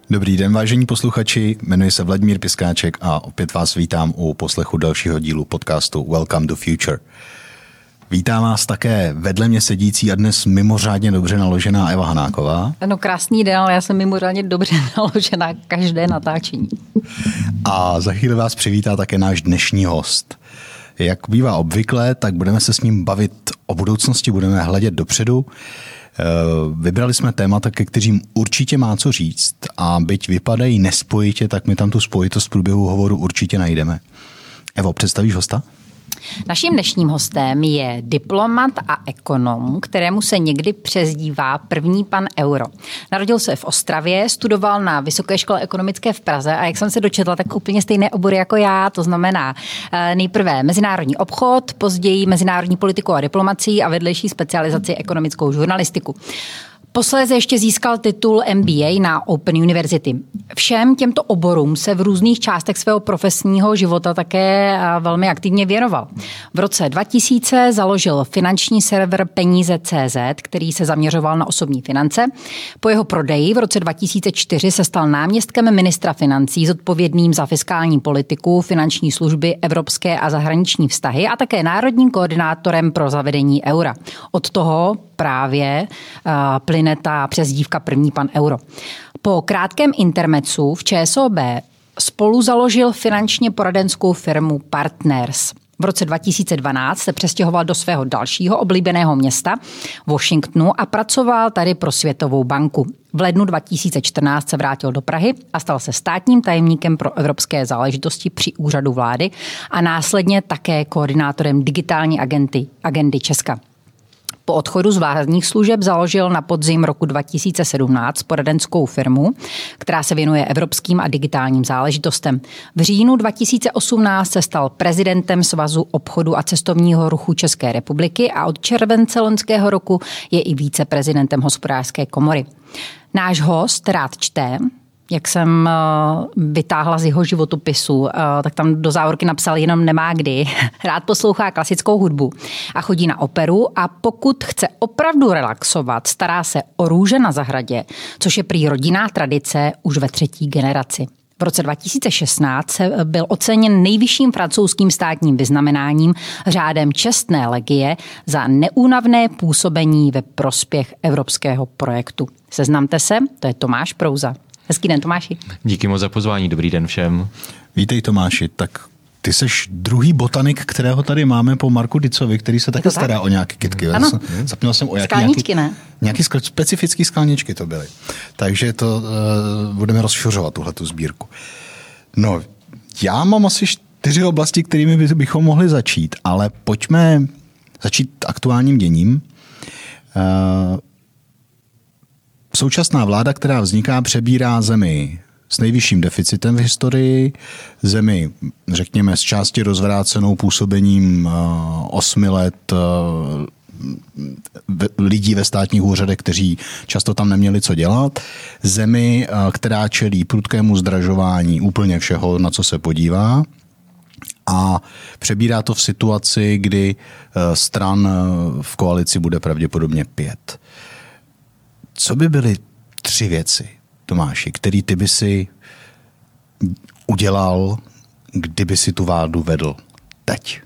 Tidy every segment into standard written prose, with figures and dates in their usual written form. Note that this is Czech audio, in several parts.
Dobrý den, vážení posluchači, jmenuji se Vladimír Piskáček a opět vás vítám u poslechu dalšího dílu podcastu Welcome to Future. Vítám vás také vedle mě sedící a dnes mimořádně dobře naložená Eva Hanáková. No krásný den, ale já jsem mimořádně dobře naložená každé natáčení. A za chvíli vás přivítá také náš dnešní host. Jak bývá obvykle, tak budeme se s ním bavit o budoucnosti, budeme hledět dopředu. Vybrali jsme témata, ke kterým určitě má co říct a byť vypadají nespojitě, tak my tam tu spojitost v průběhu hovoru určitě najdeme. Evo, představíš hosta? Naším dnešním hostem je diplomat a ekonom, kterému se někdy přezdívá první pan euro. Narodil se v Ostravě, studoval na Vysoké škole ekonomické v Praze a jak jsem se dočetla, tak úplně stejné obory jako já, to znamená nejprve mezinárodní obchod, později mezinárodní politiku a diplomacii a vedlejší specializaci ekonomickou žurnalistiku. Posléze ještě získal titul MBA na Open University. Všem těmto oborům se v různých částech svého profesního života také velmi aktivně věnoval. V roce 2000 založil finanční server Peníze.cz, který se zaměřoval na osobní finance. Po jeho prodeji v roce 2004 se stal náměstkem ministra financí zodpovědným za fiskální politiku, finanční služby, evropské a zahraniční vztahy a také národním koordinátorem pro zavedení eura. Od toho právě plyne ta přezdívka první pan euro. Po krátkém intermezzu v ČSOB spolu založil finančně poradenskou firmu Partners. V roce 2012 se přestěhoval do svého dalšího oblíbeného města, Washingtonu, a pracoval tady pro Světovou banku. V lednu 2014 se vrátil do Prahy a stal se státním tajemníkem pro evropské záležitosti při úřadu vlády a následně také koordinátorem digitální agendy Česka. Po odchodu z vládních služeb založil na podzim roku 2017 poradenskou firmu, která se věnuje evropským a digitálním záležitostem. V říjnu 2018 se stal prezidentem Svazu obchodu a cestovního ruchu České republiky a od července loňského roku je i viceprezidentem Hospodářské komory. Náš host rád čte. Jak jsem vytáhla z jeho životopisu, tak tam do závorky napsal jenom nemá kdy. Rád poslouchá klasickou hudbu a chodí na operu a pokud chce opravdu relaxovat, stará se o růže na zahradě, což je prý rodinná tradice už ve 3. generaci. V roce 2016 byl oceněn nejvyšším francouzským státním vyznamenáním řádem čestné legie za neúnavné působení ve prospěch evropského projektu. Seznamte se, to je Tomáš Prouza. Hezký den, Tomáši. Díky moc za pozvání, dobrý den všem. Vítej, Tomáši. Tak ty seš druhý botanik, kterého tady máme po Marku Dicovi, který se také stará o nějaké kytky. Ano. Zapněl jsem o skalničky, ne? Nějaké specifické skalničky to byly. Takže to budeme rozšiřovat tuhletu sbírku. No, já mám asi 4 oblasti, kterými bychom mohli začít, ale pojďme začít aktuálním děním. Současná vláda, která vzniká, přebírá zemi s nejvyšším deficitem v historii, zemi, řekněme, z části rozvrácenou působením 8 let lidí ve státních úřadech, kteří často tam neměli co dělat, zemi, která čelí prudkému zdražování úplně všeho, na co se podívá, a přebírá to v situaci, kdy stran v koalici bude pravděpodobně 5. Co by byly 3 věci, Tomáši, které ty by si udělal, kdyby si tu vládu vedl teď?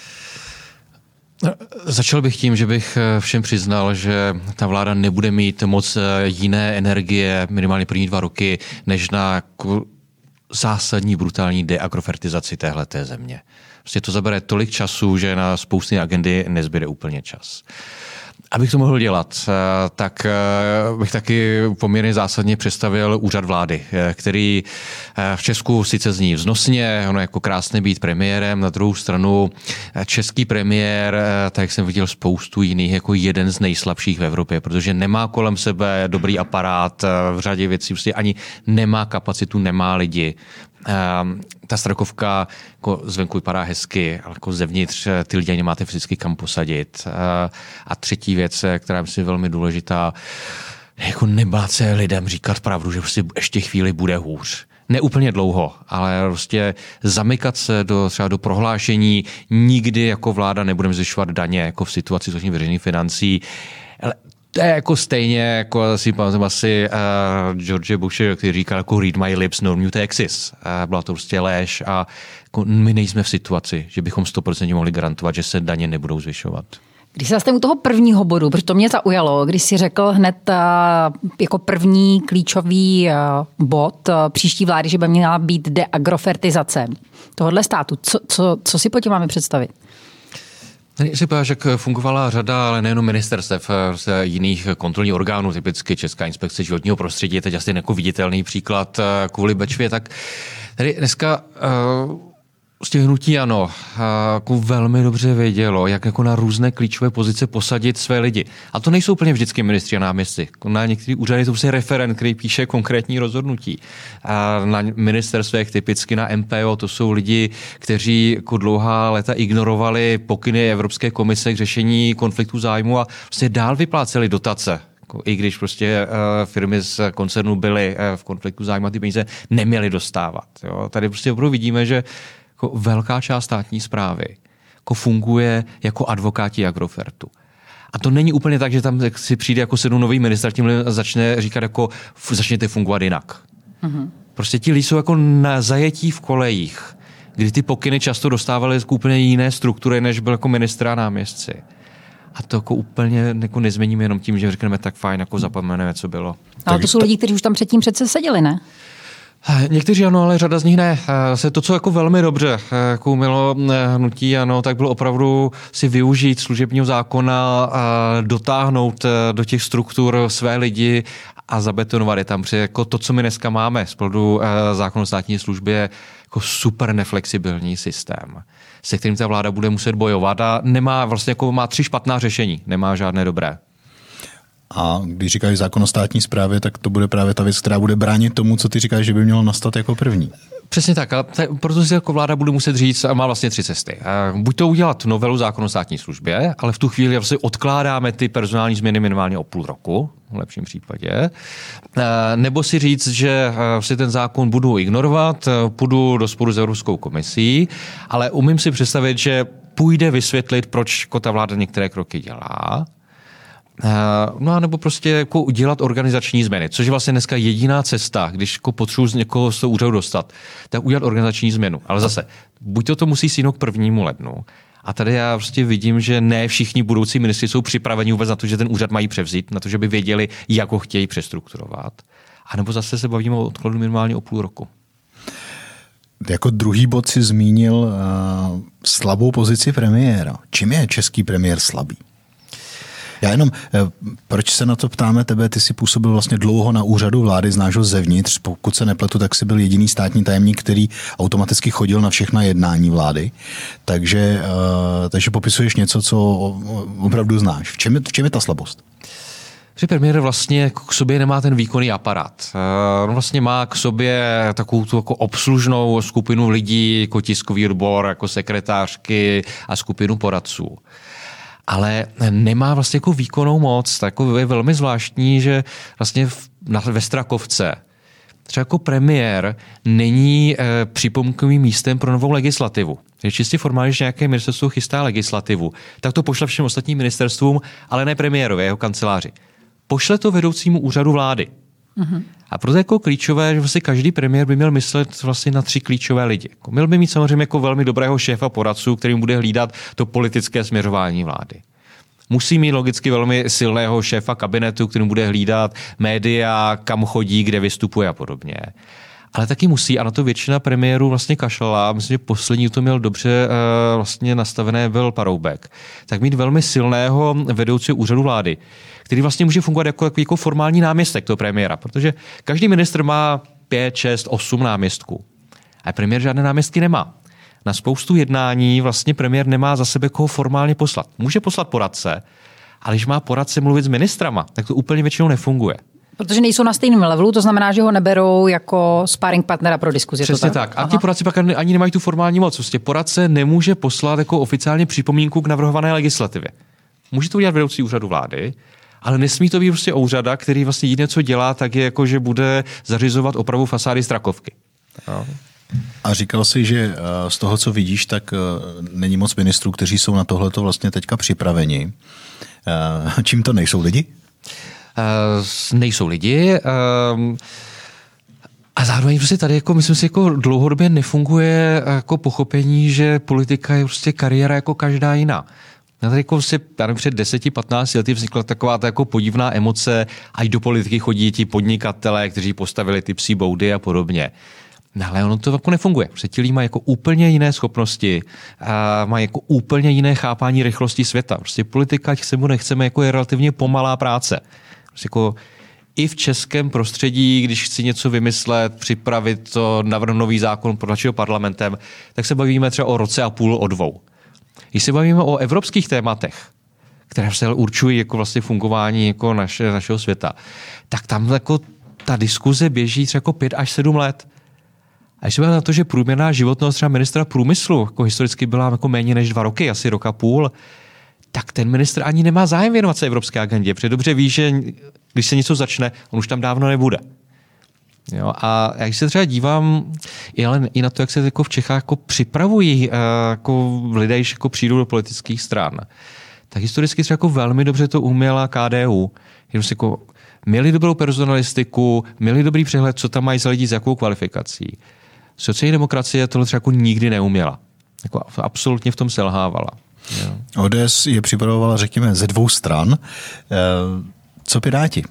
Začal bych tím, že bych všem přiznal, že ta vláda nebude mít moc jiné energie minimálně první 2 roky, než na zásadní brutální deagrofertizaci téhleté země. Prostě to zabere tolik času, že na spousty agendy nezbyde úplně čas. Abych to mohl dělat, tak bych taky poměrně zásadně představil úřad vlády, který v Česku sice zní vznosně, ono jako krásné být premiérem, na druhou stranu český premiér, tak jak jsem viděl spoustu jiných, jako jeden z nejslabších v Evropě, protože nemá kolem sebe dobrý aparát v řadě věcí, prostě ani nemá kapacitu, nemá lidi. Ta Strakovka jako zvenku vypadá hezky, ale jako zevnitř ty lidi nemáte fyzicky kam posadit. A třetí věc, která je myslím velmi důležitá, jako nebát se lidem říkat pravdu, že prostě ještě chvíli bude hůř. Ne úplně dlouho, ale prostě zamykat se třeba do prohlášení, nikdy jako vláda nebudeme zvyšovat daně jako v situaci veřejných financí. Ale To je jako stejně, jako si pamatujeme asi George Bushe, který říkal jako read my lips, no new Texas. Byla to prostě lež a jako my nejsme v situaci, že bychom 100% mohli garantovat, že se daně nebudou zvyšovat. Když se zase u toho prvního bodu, protože to mě zaujalo, když si řekl hned jako první klíčový bod příští vlády, že by měla být deagrofertizace tohohle státu. Co si po tím máme představit? Si povedal, jak fungovala řada, ale nejenom ministerstev, jiných kontrolních orgánů, typicky Česká inspekce životního prostředí je teď asi jako viditelný příklad kvůli Bečvě, tak tady dneska z těch hnutí ANO jako velmi dobře vědělo, jak jako na různé klíčové pozice posadit své lidi. A to nejsou úplně vždycky ministři a náměstci. Na některých úřadech to prostě referent, který píše konkrétní rozhodnutí. A na ministerstvech, typicky na MPO, to jsou lidi, kteří jako dlouhá léta ignorovali pokyny Evropské komise k řešení konfliktu zájmu a prostě dál vypláceli dotace. I když prostě firmy z koncernu byly v konfliktu zájmu a ty peníze neměly dostávat. Jo. Tady prostě opravdu vidíme, že jako velká část státní správy jako funguje jako advokáti Agrofertu. A to není úplně tak, že tam si přijde jako 7 nový ministr, tím začne říkat jako začněte fungovat jinak. Mm-hmm. Prostě ti lidi jsou jako na zajetí v kolejích, kdy ty pokyny často dostávali úplně jiné struktury, než byl jako ministr a náměstci. A to jako úplně jako nezměníme jenom tím, že řekneme tak fajn, jako zapomeneme, co bylo. Ale to jsou lidi, kteří už tam předtím přece seděli, ne? Někteří ano, ale řada z nich ne. To, co jako velmi dobře jako umělo hnutí ANO, tak bylo opravdu si využít služebního zákona, dotáhnout do těch struktur své lidi a zabetonovat je tam. Protože jako to, co my dneska máme z pohledu zákona o státní službě, jako super neflexibilní systém, se kterým ta vláda bude muset bojovat a nemá vlastně jako má 3 špatná řešení, nemá žádné dobré. A když říkáš zákon o státní správě, tak to bude právě ta věc, která bude bránit tomu, co ty říkáš, že by mělo nastat jako první. Přesně tak, ale proto si jako vláda bude muset říct, a má vlastně 3 cesty. Buď to udělat novelu zákona o státní službě, ale v tu chvíli vlastně odkládáme ty personální změny minimálně o půl roku, v lepším případě. Nebo si říct, že si ten zákon budu ignorovat, půjdu do sporu s Evropskou komisí, ale umím si představit, že půjde vysvětlit, proč ta vláda některé kroky dělá. No a nebo prostě jako udělat organizační změny, což je vlastně dneska jediná cesta, když jako potřebuji z někoho z toho úřadu dostat, tak udělat organizační změnu. Ale zase, buď to musí stihnout k 1. lednu, a tady já prostě vidím, že ne všichni budoucí ministři jsou připraveni vůbec na to, že ten úřad mají převzít, na to, že by věděli, jak ho chtějí přestrukturovat. A nebo zase se bavíme o odkladu minimálně o půl roku. Jako druhý bod si zmínil slabou pozici premiéra. Čím je český premiér slabý? Já jenom, proč se na to ptáme tebe, ty jsi působil vlastně dlouho na úřadu vlády, znáš ho zevnitř, pokud se nepletu, tak jsi byl jediný státní tajemník, který automaticky chodil na všechna jednání vlády, takže popisuješ něco, co opravdu znáš. V čem je ta slabost? Že premiér vlastně k sobě nemá ten výkonný aparát. On vlastně má k sobě takovou tu jako obslužnou skupinu lidí, jako tiskový odbor, jako sekretářky a skupinu poradců. Ale nemá vlastně jako výkonnou moc. Tak jako je velmi zvláštní, že vlastně ve Strakovce třeba jako premiér není připomínkovým místem pro novou legislativu. Je čistě formálně, že nějaké ministerstvo chystá legislativu, tak to pošle všem ostatním ministerstvům, ale ne premiérovi, jeho kanceláři. Pošle to vedoucímu úřadu vlády. Mm-hmm. A proto je jako klíčové, že vlastně každý premiér by měl myslet vlastně na 3 klíčové lidi. Měl by mít samozřejmě jako velmi dobrého šéfa poradců, kterým bude hlídat to politické směřování vlády. Musí mít logicky velmi silného šéfa kabinetu, kterým bude hlídat média, kam chodí, kde vystupuje a podobně. Ale taky musí, a na to většina premiérů vlastně kašlala, myslím, že poslední to měl dobře vlastně nastavené byl Paroubek, tak mít velmi silného vedoucího úřadu vlády, který vlastně může fungovat jako formální náměstek toho premiéra, protože každý ministr má 5, 6, 8 náměstků. A premiér žádné náměstky nemá. Na spoustu jednání vlastně premiér nemá za sebe koho formálně poslat. Může poslat poradce, ale když má poradce mluvit s ministrama, tak to úplně většinou nefunguje. Protože nejsou na stejném levelu, to znamená, že ho neberou jako sparring partnera pro diskuzi. Přesně tak. A ti poradci pak ani nemají tu formální moc. Prostě poradce nemůže poslat jako oficiálně připomínku k navrhované legislativě. Může to udělat vedoucí úřadu vlády, ale nesmí to být prostě úřada, který vlastně jediné, co dělá, tak je jako, že bude zařizovat opravu fasády Strakovky. No. A říkal jsi, že z toho, co vidíš, tak není moc ministrů, kteří jsou na tohleto vlastně teďka připraveni. Čím to nejsou lidi? nejsou lidi. A zároveň prostě tady, jako, myslím si, jako dlouhodobě nefunguje jako pochopení, že politika je prostě kariéra jako každá jiná. Já tady jako prostě, před 10-15 lety vznikla taková ta jako podivná emoce, ať do politiky chodí ti podnikatelé, kteří postavili ty psí boudy a podobně. No, ale ono to jako nefunguje. Prostě ti lidi mají jako úplně jiné schopnosti, a mají jako úplně jiné chápání rychlosti světa. Prostě politika, ať chceme, nechceme, jako je relativně pomalá práce. Prostě jako i v českém prostředí, když chci něco vymyslet, připravit to, navrhnout nový zákon pro našeho parlamentem, tak se bavíme třeba o roce a půl, o 2. Když se bavíme o evropských tématech, které se určují jako vlastně fungování jako našeho světa, tak tam jako ta diskuze běží třeba jako 5 až 7 let. A když se bavíme na to, že průměrná životnost třeba ministra průmyslu jako historicky byla jako méně než 2 roky, asi 1,5 roku, tak ten ministr ani nemá zájem věnovat se evropské agendě, protože dobře ví, že když se něco začne, on už tam dávno nebude. Jo, a jak se třeba dívám i na to, jak se jako v Čechách jako připravují jako lidé, když jako přijdou do politických stran, tak historicky třeba jako velmi dobře to uměla KDU. Jenom si jako měli dobrou personalistiku, měli dobrý přehled, co tam mají za lidi s jakou kvalifikací. Sociální demokracie tohle třeba jako nikdy neuměla. Jako absolutně v tom selhávala. Jo. ODS je připravovala, řekněme, ze 2 stran. Co Piráti?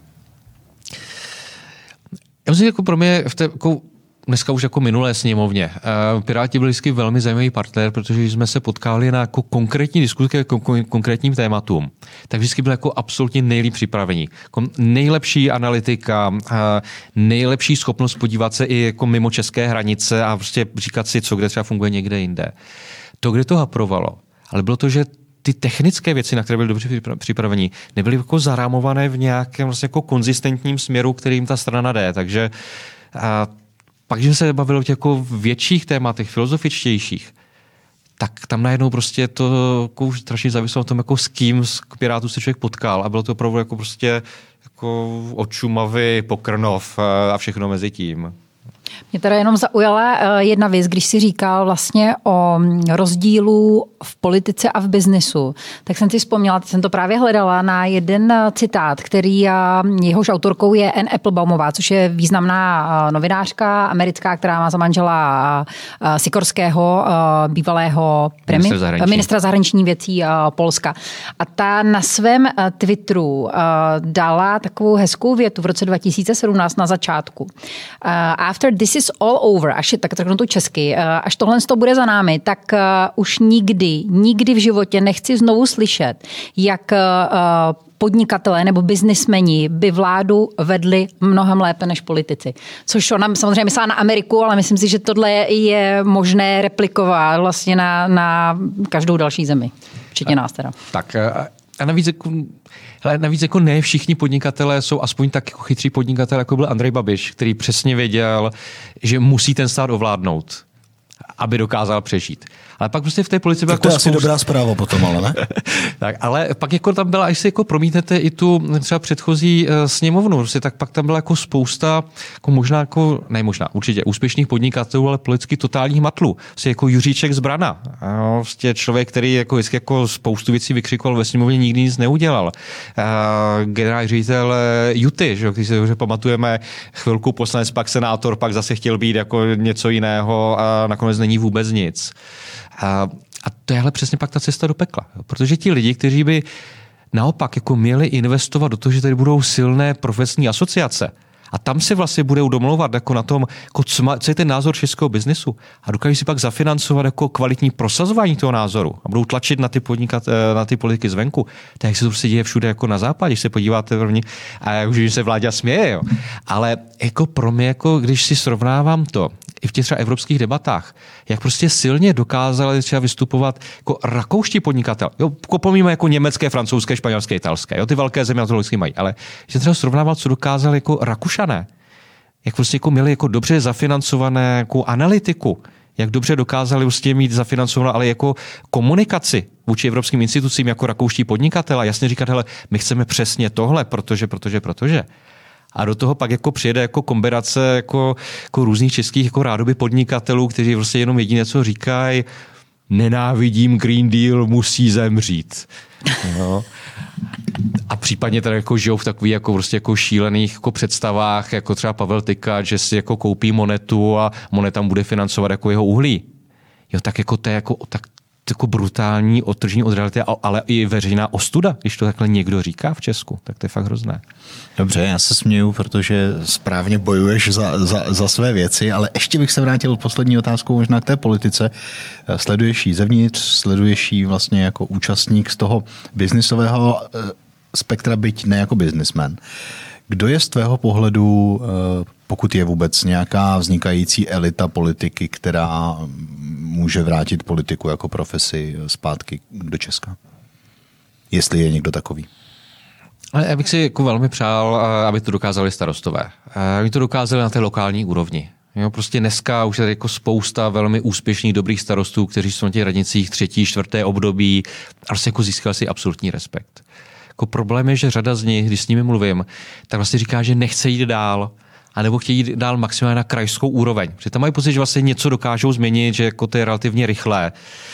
Já myslím, jako pro mě jako dneska už jako minulé sněmovně. Piráti byli vždycky velmi zajímavý partner, protože jsme se potkali na jako konkrétní diskuzi k konkrétním tématům. Tak vždycky byli jako absolutně nejlíp připravení. Nejlepší analytika, nejlepší schopnost podívat se i jako mimo české hranice a prostě říkat si, co kde třeba funguje někde jinde. To, kde to haprovalo, ale bylo to, že ty technické věci, na které byly dobře připraveni, nebyly jako zarámované v nějakém vlastně jako konzistentním směru, kterým ta strana jde. Takže pak, když se bavilo o těch jako větších tématech, filozofičtějších, tak tam najednou prostě to jako už strašně záviselo na tom, jako s kým z Pirátů se člověk potkal. A bylo to opravdu jako prostě jako od Šumavy po Krnov a všechno mezi tím. Mě teda jenom zaujala jedna věc, když si říkal vlastně o rozdílu v politice a v biznesu, tak jsem si vzpomněla, teď jsem to právě hledala, na jeden citát, který jehož autorkou je Anne Applebaumová, což je významná novinářka americká, která má za manžela Sikorského, bývalého ministra zahraničních věcí Polska. A ta na svém Twitteru dala takovou hezkou větu v roce 2017 na začátku. After this is all over, až tak řeknu to česky, až tohle bude za námi, tak už nikdy v životě nechci znovu slyšet, jak podnikatelé nebo biznismeni by vládu vedli mnohem lépe než politici. Což ona samozřejmě myslela na Ameriku, ale myslím si, že tohle je možné replikovat vlastně na každou další zemi. Včetně nás teda. Tak a navíc jako ne všichni podnikatelé jsou aspoň tak jako chytří podnikatelé, jako byl Andrej Babiš, který přesně věděl, že musí ten stát ovládnout, aby dokázal přežít. Ale pak prostě v té politice byla to je asi dobrá zpráva potom, ale ne? Tak, ale pak jako tam byla, až si jako promítnete i tu třeba předchozí sněmovnu, prostě, tak pak tam byla jako spousta, jako určitě úspěšných podnikatelů, ale politicky totálních matlů. Prostě jako Juříček z Brana. Prostě člověk, který jako vždycky jako spoustu věcí vykřikoval ve sněmovně, nikdy nic neudělal. Generální ředitel Juty, že, když se dobře pamatujeme, chvilku poslanec, pak senátor, pak zase chtěl být jako něco jiného a nakonec není vůbec nic. A to je ale přesně pak ta cesta do pekla. Protože ti lidi, kteří by naopak jako měli investovat do toho, že tady budou silné profesní asociace a tam se vlastně budou domlouvat jako na tom, jako co je ten názor českého biznesu a dokáží si pak zafinancovat jako kvalitní prosazování toho názoru a budou tlačit na ty politiky zvenku. Tak jak se to prostě děje všude jako na západě, když se podíváte první a už se vláda směje. Jo. Ale jako pro mě, jako když si srovnávám to, i v těch třeba evropských debatách, jak prostě silně dokázali třeba vystupovat jako rakouští podnikatelé. Jo, pomíme jako německé, francouzské, španělské, italské. Jo, ty velké země na to vždycky mají. Ale když se třeba srovnával, co dokázali jako Rakušané, jak prostě jako měli jako dobře zafinancované jako analytiku, jak dobře dokázali prostě mít zafinancovanou, ale jako komunikaci vůči evropským institucím jako rakouští podnikatelé, jasně říkat, hele, my chceme přesně tohle, protože. A do toho pak jako přijede jako kombinace jako různých českých jako rádoby podnikatelů, kteří prostě jenom jediné, co říkají, nenávidím Green Deal, musí zemřít. No. a případně teda jako žijou v takových jako prostě jako šílených jako představách, jako třeba Pavel Tykač, že si jako koupí monetu a moneta bude financovat jako jeho uhlí. Jo, tak jako to je jako brutální odtržení od reality, ale i veřejná ostuda, když to takhle někdo říká v Česku, tak to je fakt hrozné. Dobře, já se směju, protože správně bojuješ za své věci, ale ještě bych se vrátil poslední otázkou možná k té politice. Sleduješ ji zevnitř, sleduješ ji vlastně jako účastník z toho biznisového spektra, byť ne jako biznismen. Kdo je z tvého pohledu, pokud je vůbec nějaká vznikající elita politiky, která může vrátit politiku jako profesi zpátky do Česka? Jestli je někdo takový. Ale já bych si jako velmi přál, aby to dokázali starostové. Aby to dokázali na té lokální úrovni. Jo, prostě dneska už je jako spousta velmi úspěšných, dobrých starostů, kteří jsou na těch radnicích 3., 4. období a prostě jako získali si absolutní respekt. Jako problém je, že řada z nich, když s nimi mluvím, tak vlastně říká, že nechce jít dál, anebo chtějí jít dál maximálně na krajskou úroveň. Protože tam mají pocit, že vlastně něco dokážou změnit, že jako to je relativně rychlé.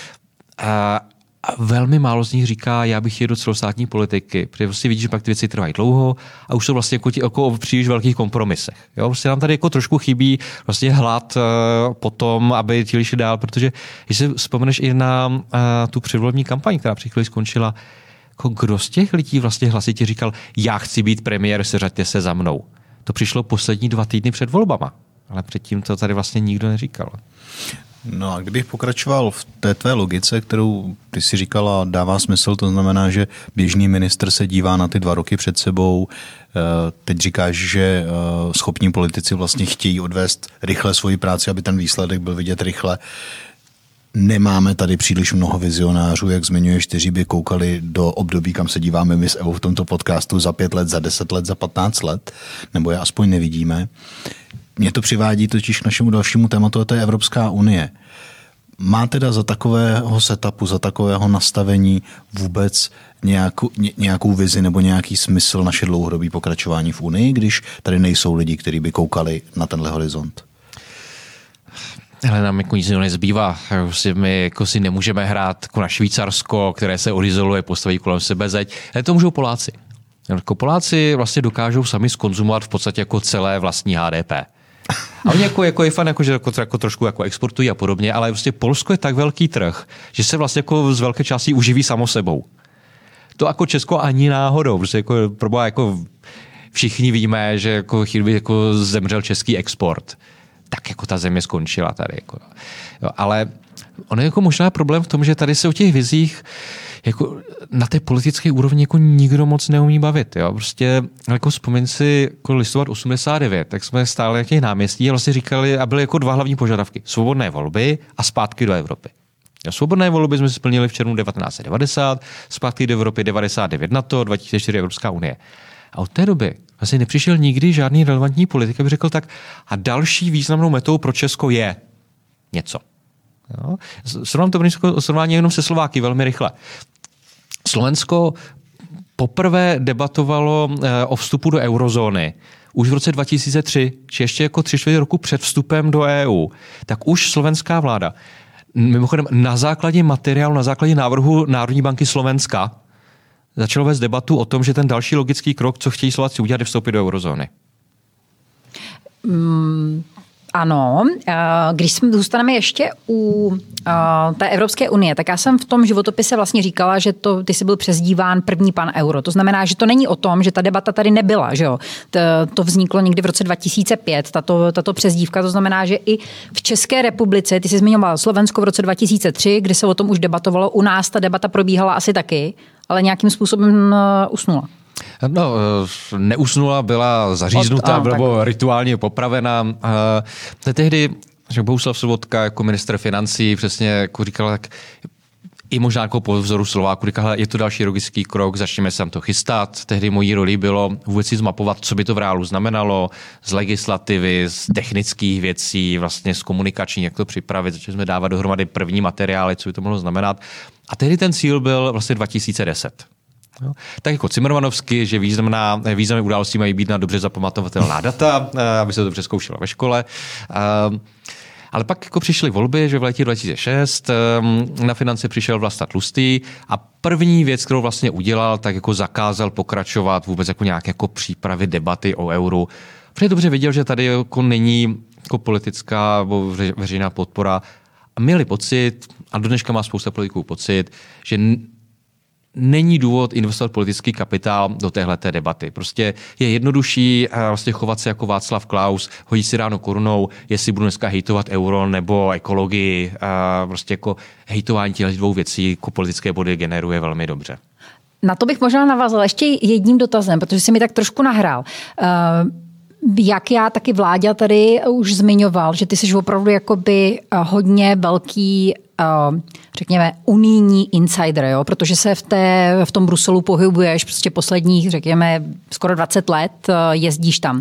A velmi málo z nich říká, já bych jel do celostátní politiky, protože vlastně vidí, že pak ty věci trvají dlouho a už jsou vlastně jako v příliš velkých kompromisech. Jo? Vlastně nám tady jako trošku chybí vlastně hlad po tom, aby ti šli dál, protože když si vzpomeneš i na tu předvolební kampaň, která při chvíli skončila, jako kdo z těch lidí vlastně hlasitě říkal, já chci být premiér, seřaďte se za mnou. To přišlo poslední 2 týdny před volbama, ale předtím to tady vlastně nikdo neříkal. No a kdybych pokračoval v té tvé logice, kterou ty si říkala, dává smysl, to znamená, že běžný ministr se dívá na ty 2 roky před sebou, teď říkáš, že schopní politici vlastně chtějí odvést rychle svoji práci, aby ten výsledek byl vidět rychle. Nemáme tady příliš mnoho vizionářů, jak zmiňuješ, kteří by koukali do období, kam se díváme my s Evou v tomto podcastu za 5 let, za 10 let, za 15 let, nebo je aspoň nevidíme. Mě to přivádí totiž k našemu dalšímu tématu, a to je Evropská unie. Má teda za takového setupu, za takového nastavení vůbec nějakou vizi nebo nějaký smysl naše dlouhodobé pokračování v Unii, když tady nejsou lidi, kteří by koukali na tenhle horizont? Ale nám jako nic nezbývá. My jako si nemůžeme hrát jako na Švýcarsko, které se odizoluje, postaví kolem sebe zeď. Ale to můžou Poláci. Jako Poláci vlastně dokážou sami zkonzumovat v podstatě jako celé vlastní HDP. A oni jako je fan, že jako trošku jako exportují a podobně, ale prostě Polsko je tak velký trh, že se vlastně jako z velké části uživí samo sebou. To jako Česko ani náhodou. Prostě jako všichni víme, že jako chvíli jako zemřel český export. Tak jako ta země skončila tady. Jako. Jo, ale on je jako možná problém v tom, že tady se o těch vizích jako na té politické úrovni jako nikdo moc neumí bavit. Jo? Prostě jako vzpomeň si jako listopad 89, tak jsme stáli na těch náměstí a vlastně říkali, a byly jako 2 hlavní požadavky. Svobodné volby a zpátky do Evropy. Jo, svobodné volby jsme si splnili v červnu 1990, zpátky do Evropy 99 NATO, 2004 Evropská unie. A od té doby vlastně nepřišel nikdy žádný relevantní politik, aby řekl tak, a další významnou metou pro Česko je něco. Jo? Srovnání jenom se Slováky velmi rychle. Slovensko poprvé debatovalo o vstupu do eurozóny už v roce 2003, či ještě jako 3/4 roku před vstupem do EU. Tak už slovenská vláda, mimochodem na základě materiálu, na základě návrhu Národní banky Slovenska, začalo vést debatu o tom, že ten další logický krok, co chtějí Slováci udělat, je vstoupit do eurozóny. Ano, když zůstaneme ještě u té Evropské unie, tak já jsem v tom životopise vlastně říkala, že ty jsi byl přezdíván první pan euro. To znamená, že to není o tom, že ta debata tady nebyla. Že jo? To vzniklo někdy v roce 2005, tato přezdívka. To znamená, že i v České republice, ty jsi zmiňoval Slovensko v roce 2003, kdy se o tom už debatovalo. U nás ta debata probíhala asi taky, ale nějakým způsobem usnula. No, neusnula, byla zaříznutá, byla rituálně popravena. Tehdy Bohuslav Sobotka jako ministr financí přesně jako říkal, tak i možná jako po vzoru Slováku říkal, je to další logický krok, začneme se tam to chystat. Tehdy mojí roli bylo vůbec si zmapovat, co by to v reálu znamenalo, z legislativy, z technických věcí, vlastně z komunikační, jak to připravit. Začali jsme dávat dohromady první materiály, co by to mohlo znamenat. A tehdy ten cíl byl vlastně 2010. No, tak jako Cimrmanovsky, že významné události mají být na dobře zapamatovatelná data, aby se to dobře zkoušelo ve škole. Ale pak jako přišly volby, že v letě 2006 na finance přišel Vlasta Tlustý a první věc, kterou vlastně udělal, tak jako zakázal pokračovat vůbec jako nějaké jako přípravy debaty o euru. Protože dobře viděl, že tady jako není jako politická nebo veřejná podpora a měli pocit, a do dneška má spousta politiků pocit, že není důvod investovat politický kapitál do téhleté debaty. Prostě je jednodušší vlastně chovat se jako Václav Klaus, hodit si ráno korunou, jestli budu dneska hejtovat euro nebo ekologii. Prostě jako hejtování těch dvou věcí jako politické body generuje velmi dobře. Na to bych možná navázala ještě jedním dotazem, protože jsi mi tak trošku nahrál. Jak já taky Vláďa tady už zmiňoval, že ty jsi opravdu jakoby hodně velký, řekněme, unijní insider, jo? Protože se v tom Bruselu pohybuješ prostě posledních, řekněme, skoro 20 let, jezdíš tam.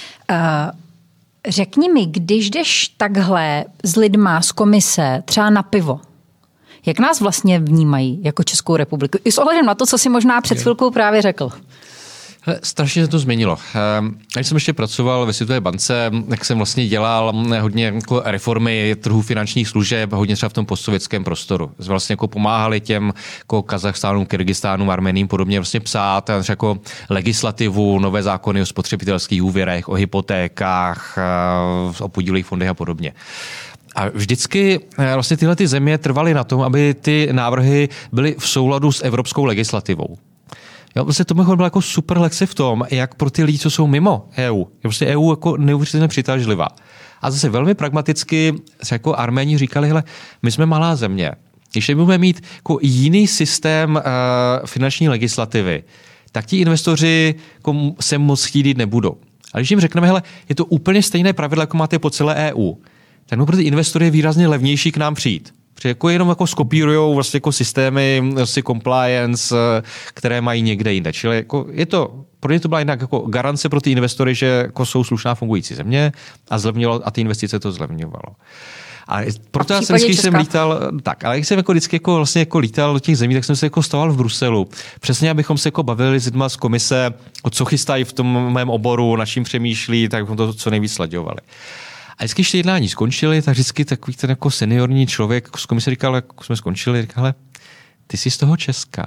Řekni mi, když jdeš takhle s lidma z komise třeba na pivo, jak nás vlastně vnímají jako Českou republiku? I s ohledem na to, co jsi možná před chvilkou právě řekl. Strašně se to změnilo. Když jsem ještě pracoval ve Světové bance, tak jsem vlastně dělal hodně jako reformy trhu finančních služeb, hodně třeba v tom postsovětském prostoru. Jsme vlastně jako pomáhali těm jako Kazachstánům, Kyrgyzstánům, Arméniím podobně vlastně psát jako legislativu, nové zákony o spotřebitelských úvěrech, o hypotékách, o podílových fondech a podobně. A vždycky vlastně tyhle ty země trvaly na tom, aby ty návrhy byly v souladu s evropskou legislativou. Jo, vlastně to byla jako super lekce v tom, jak pro ty lidi, co jsou mimo EU. Je prostě EU jako neuvěřitelně přitažlivá. A zase velmi pragmaticky jako Arméni říkali, hele, my jsme malá země. Když budeme mít jako jiný systém finanční legislativy, tak ti investoři jako se moc chtít nebudou. Ale když jim řekneme, hele, je to úplně stejné pravidlo, jako máte po celé EU, tak pro ty investory je výrazně levnější k nám přijít. Protože jako jenom jako skopírujou vlastně jako systémy vlastně compliance, které mají někde jinde. Čili jako je to, pro ně to byla jinak jako garance pro ty investory, že jako jsou slušná fungující země a ty investice to zlevňovalo. A proto já jsem vždycky lítal, tak, ale jak jsem jako vždycky jako vlastně jako lítal do těch zemí, tak jsem se jako stával v Bruselu. Přesně, abychom se jako bavili s lidma z komise, jako co chystají v tom mém oboru, na čím přemýšlí, tak bychom to co nejvíc sledovali. A vždycky, když ty jednání skončily, tak vždycky takový ten jako seniorní člověk z komise říkal, jak jsme skončili, říkal, hele, ty jsi z toho Česka.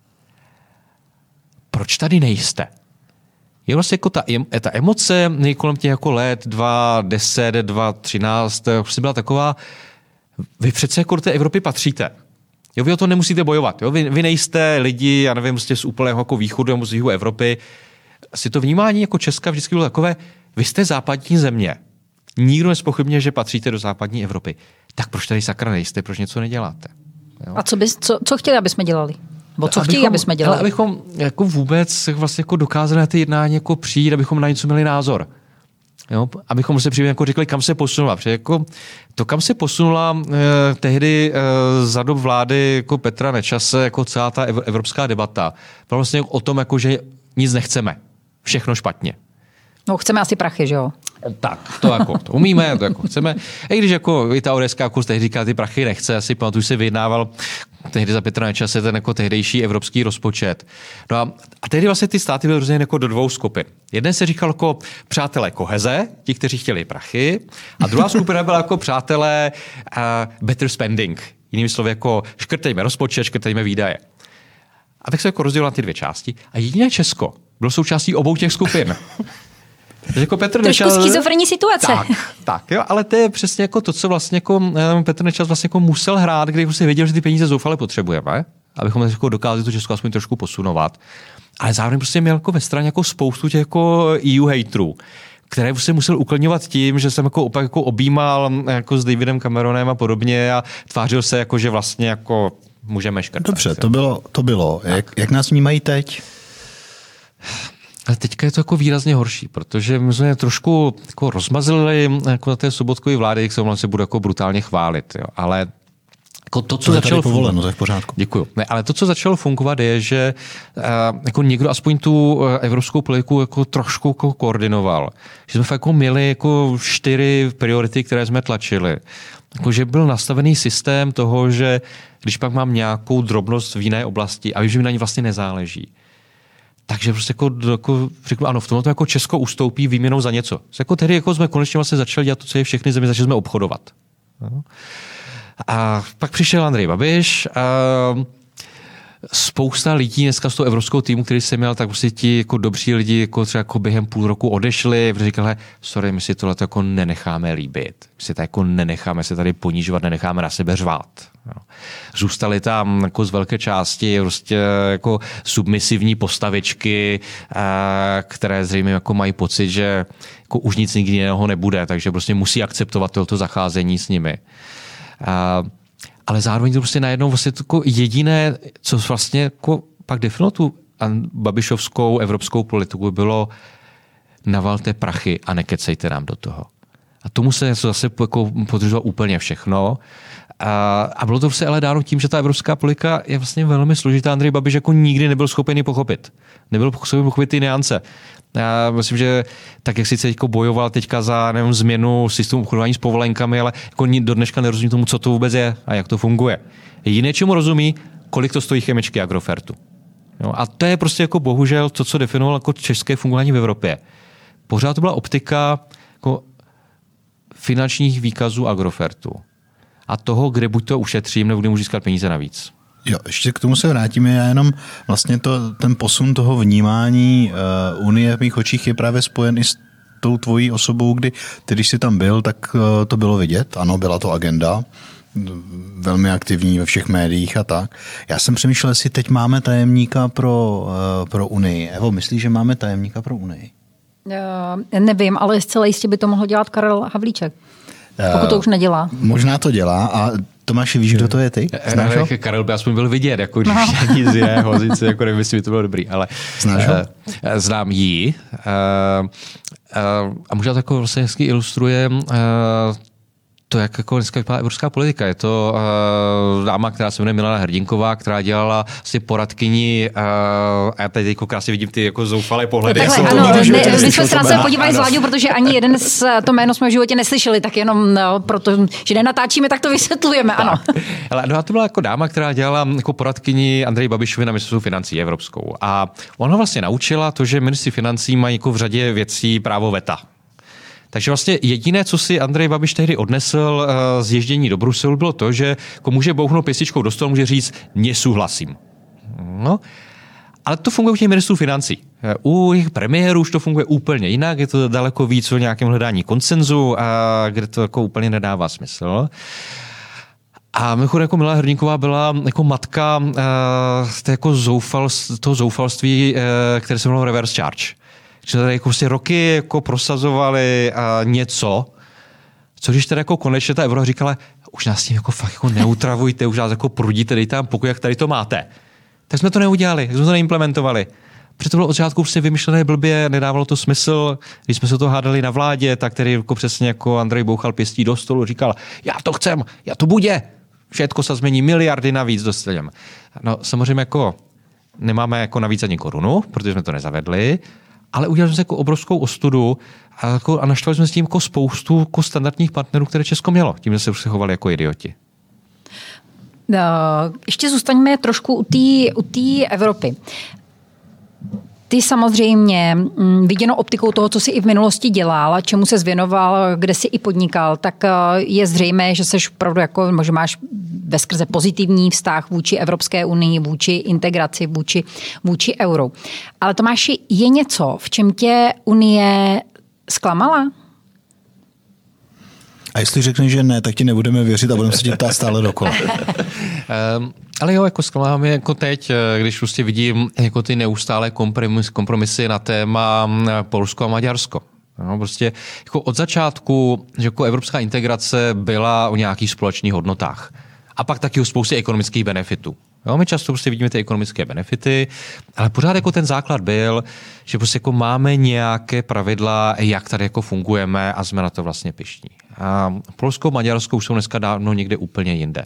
Proč tady nejste? Je vlastně jako ta emoce kolem těch jako let 2010, 2013, prostě byla taková, vy přece jako do té Evropy patříte. Jo, vy o to nemusíte bojovat. Jo? Vy nejste lidi, já nevím, prostě z úplného jako východu nebo z jihu Evropy. Asi to vnímání jako Česka vždycky bylo takové, vy jste západní země. Nikdo nezpochybňuje, že patříte do západní Evropy. Tak proč tady sakra nejste, proč něco neděláte? Jo? A co chtěli, aby jsme dělali? Bo co chtějí, aby jsme dělali? Abychom jako vůbec vlastně jako dokázali na ty jednání jako přijít, abychom na něco měli názor. Jo? Abychom se přijít jako řekli, kam se posunula. Protože jako to, kam se posunula tehdy za dob vlády jako Petra Nečase, jako celá ta evropská debata, bylo vlastně o tom, jako, že nic nechceme. Všechno špatně. No, chceme asi prachy, že jo? Tak, to jako to umíme, to jako chceme. I když jako i ta ODS jako tehdy říká, ty prachy nechce, asi pamatuju, se vyjednával tehdy za Petra Nečase ten jako tehdejší evropský rozpočet. No a tehdy vlastně ty státy byly rozděleny jako do dvou skupin. Jeden se říkal jako přátelé koheze, ti, kteří chtěli prachy, a druhá skupina byla jako přátelé better spending. Jinými slovy jako škrtejme rozpočet, škrtejme výdaje. A tak se jako rozdělilo na ty dvě části. A jediné Česko bylo součástí obou těch skupin. Jako Petr Trošku schizofrenní situace. Tak, jo, ale to je přesně jako to, co vlastně jako Petr Nečas vlastně jako musel hrát, když si věděl, že ty peníze zoufale potřebujeme, abychom jako dokázali to Česko aspoň trošku posunovat. Ale zároveň prostě měl jako ve straně jako spoustu těch jako EU haterů, které se musel uklidňovat tím, že jsem jako opak jako objímal jako s Davidem Cameronem a podobně a tvářil se jako, že vlastně jako můžeme škrtat. Dobře, to bylo. Jak nás vnímají teď? Ale teďka je to jako výrazně horší, protože my jsme trošku jako rozmazlili jako na té Sobotkové vlády, jak se budu jako brutálně chválit. Jo. Ale jako to, co začalo povoleno, to je v pořádku. Děkuju. Ne, ale to, co začalo fungovat, je, že jako někdo aspoň tu evropskou politiku jako trošku jako koordinoval. Že jsme jako měli jako 4 priority, které jsme tlačili. Jako, že byl nastavený systém toho, že když pak mám nějakou drobnost v jiné oblasti a vím, že mi na ní vlastně nezáleží, takže prostě jako řeknu, ano, v tomto jako Česko ustoupí výměnou za něco. Jako tehdy jako jsme konečně vlastně začali dělat to, co je všechny země, začali jsme obchodovat. No. A pak přišel Andrej Babiš a spousta lidí dneska z toho evropského týmu, který jsem měl, tak prostě ti jako dobří lidi jako třeba jako během půl roku odešli, protože říkali, sorry, my si tohle jako nenecháme líbit. My si to jako nenecháme se tady ponížovat, nenecháme na sebe řvát. No. Zůstaly tam jako z velké části prostě jako submisivní postavičky, které zřejmě jako mají pocit, že jako už nic nikdy jiného nebude, takže prostě musí akceptovat toto zacházení s nimi. Ale zároveň to prostě najednou vlastně jako jediné, co vlastně jako pak definovalo tu babišovskou evropskou politiku, bylo navalte prachy a nekecejte nám do toho. A tomu se zase jako podřizovalo úplně všechno. A bylo to prostě ale dáno tím, že ta evropská politika je vlastně velmi složitá. Andrej Babiš jako nikdy nebyl schopen ji pochopit. Nebyl schopen pochopit ty nuance. Já myslím, že tak, jak sice jako bojoval teďka za změnu systému obchodování s povolenkami, ale jako do dneška nerozumí tomu, co to vůbec je a jak to funguje. Jiné čemu rozumí, kolik to stojí chemičky Agrofertu. No, a to je prostě jako bohužel to, co definovalo jako české fungování v Evropě. Pořád to byla optika jako finančních výkazů Agrofertu. A toho, kde buď to ušetřím, nebo kde můžu získat peníze navíc. Jo, ještě k tomu se vrátíme. Já jenom vlastně ten posun toho vnímání Unie v mých očích je právě spojen i s tou tvojí osobou, kdy ty, když jsi tam byl, tak to bylo vidět. Ano, byla to agenda, velmi aktivní ve všech médiích a tak. Já jsem přemýšlel, jestli teď máme tajemníka pro Unii. Evo, myslíš, že máme tajemníka pro Unii? Nevím, ale zcela jistě by to mohl dělat Karel Havlíček. Pokud to už nedělá. Možná to dělá. A Tomáši, víš, kdo to je ty? Znáš ho? Karel by aspoň byl vidět, jako když ani z jeho zice, jako nevím, jestli by to bylo dobrý, ale znáš ho? Znám jí. A možná to jako vlastně hezky ilustruje to, jak jako dneska vypadá evropská politika. Je to dáma, která se jmenuje Milana Hrdinková, která dělala asi poradkyni a já tady jako krásně vidím ty jako zoufalé pohledy. Takhle, ano, my jsme se na sebe podívali s Láďou, protože ani jeden z to jméno jsme v životě neslyšeli, tak jenom proto, že nenatáčíme, tak to vysvětlujeme, ano. Ale no a to byla jako dáma, která dělala jako poradkyni Andreji Babišovi na ministerstvu financí evropskou. A ona vlastně naučila to, že ministři financí mají jako v řadě věcí právo veta. Takže vlastně jediné, co si Andrej Babiš tehdy odnesl z ježdění do Bruselu, bylo to, že jako může bouchnout pěstičkou do stolu, může říct, nesouhlasím. No, ale to funguje u těch ministrů financí. U jejich premiérů už to funguje úplně jinak, je to daleko víc o nějakém hledání konsenzu, a kde to jako úplně nedává smysl. A mimochodem jako Milana Hrdinková byla jako matka toho zoufalství, které se jmenovalo reverse charge. Že tady jako prostě roky jako prosazovali něco, co když teda jako konečně ta Evropa říkala, už nás tím jako fakt jako neutravujte, už nás jako prudíte, dejte nám pokoj, jak tady to máte. Tak jsme to neudělali, jsme to neimplementovali. Protože to bylo od začátku prostě vymyšlené blbě, nedávalo to smysl, když jsme se to hádali na vládě, tak který jako přesně jako Andrej bouchal pěstí do stolu, říkal, já to chcem, já to bude. Všetko se změní, miliardy navíc dostanem. No samozřejmě jako nemáme jako navíc ani korunu, protože jsme to nezavedli. Ale udělali jsme se jako obrovskou ostudu a naštvali jsme s tím jako spoustu jako standardních partnerů, které Česko mělo. Tím, že se už se chovali jako idioti. Ještě zůstaňme trošku u té Evropy. Ty samozřejmě viděno optikou toho, co jsi i v minulosti dělal, čemu se věnoval, kde jsi i podnikal, tak je zřejmé, že seš opravdu jako, možná máš veskrze pozitivní vztah vůči Evropské unii, vůči integraci, vůči euru. Ale Tomáši, je něco, v čem tě Unie zklamala? A jestli řekneš, že ne, tak ti nebudeme věřit a budeme se tě ptát stále dokola. Ale jo, jako zklamáme jako teď, když prostě vidím jako ty neustálé kompromisy na téma Polsko a Maďarsko. No, prostě jako od začátku, že jako evropská integrace byla o nějakých společných hodnotách. A pak taky o spoustě ekonomických benefitů. Jo, my často prostě vidíme ty ekonomické benefity, ale pořád jako ten základ byl, že prostě jako máme nějaké pravidla, jak tady jako fungujeme a jsme na to vlastně pyšní. A Polsko, Maďarsko už jsou dneska dávno někde úplně jinde.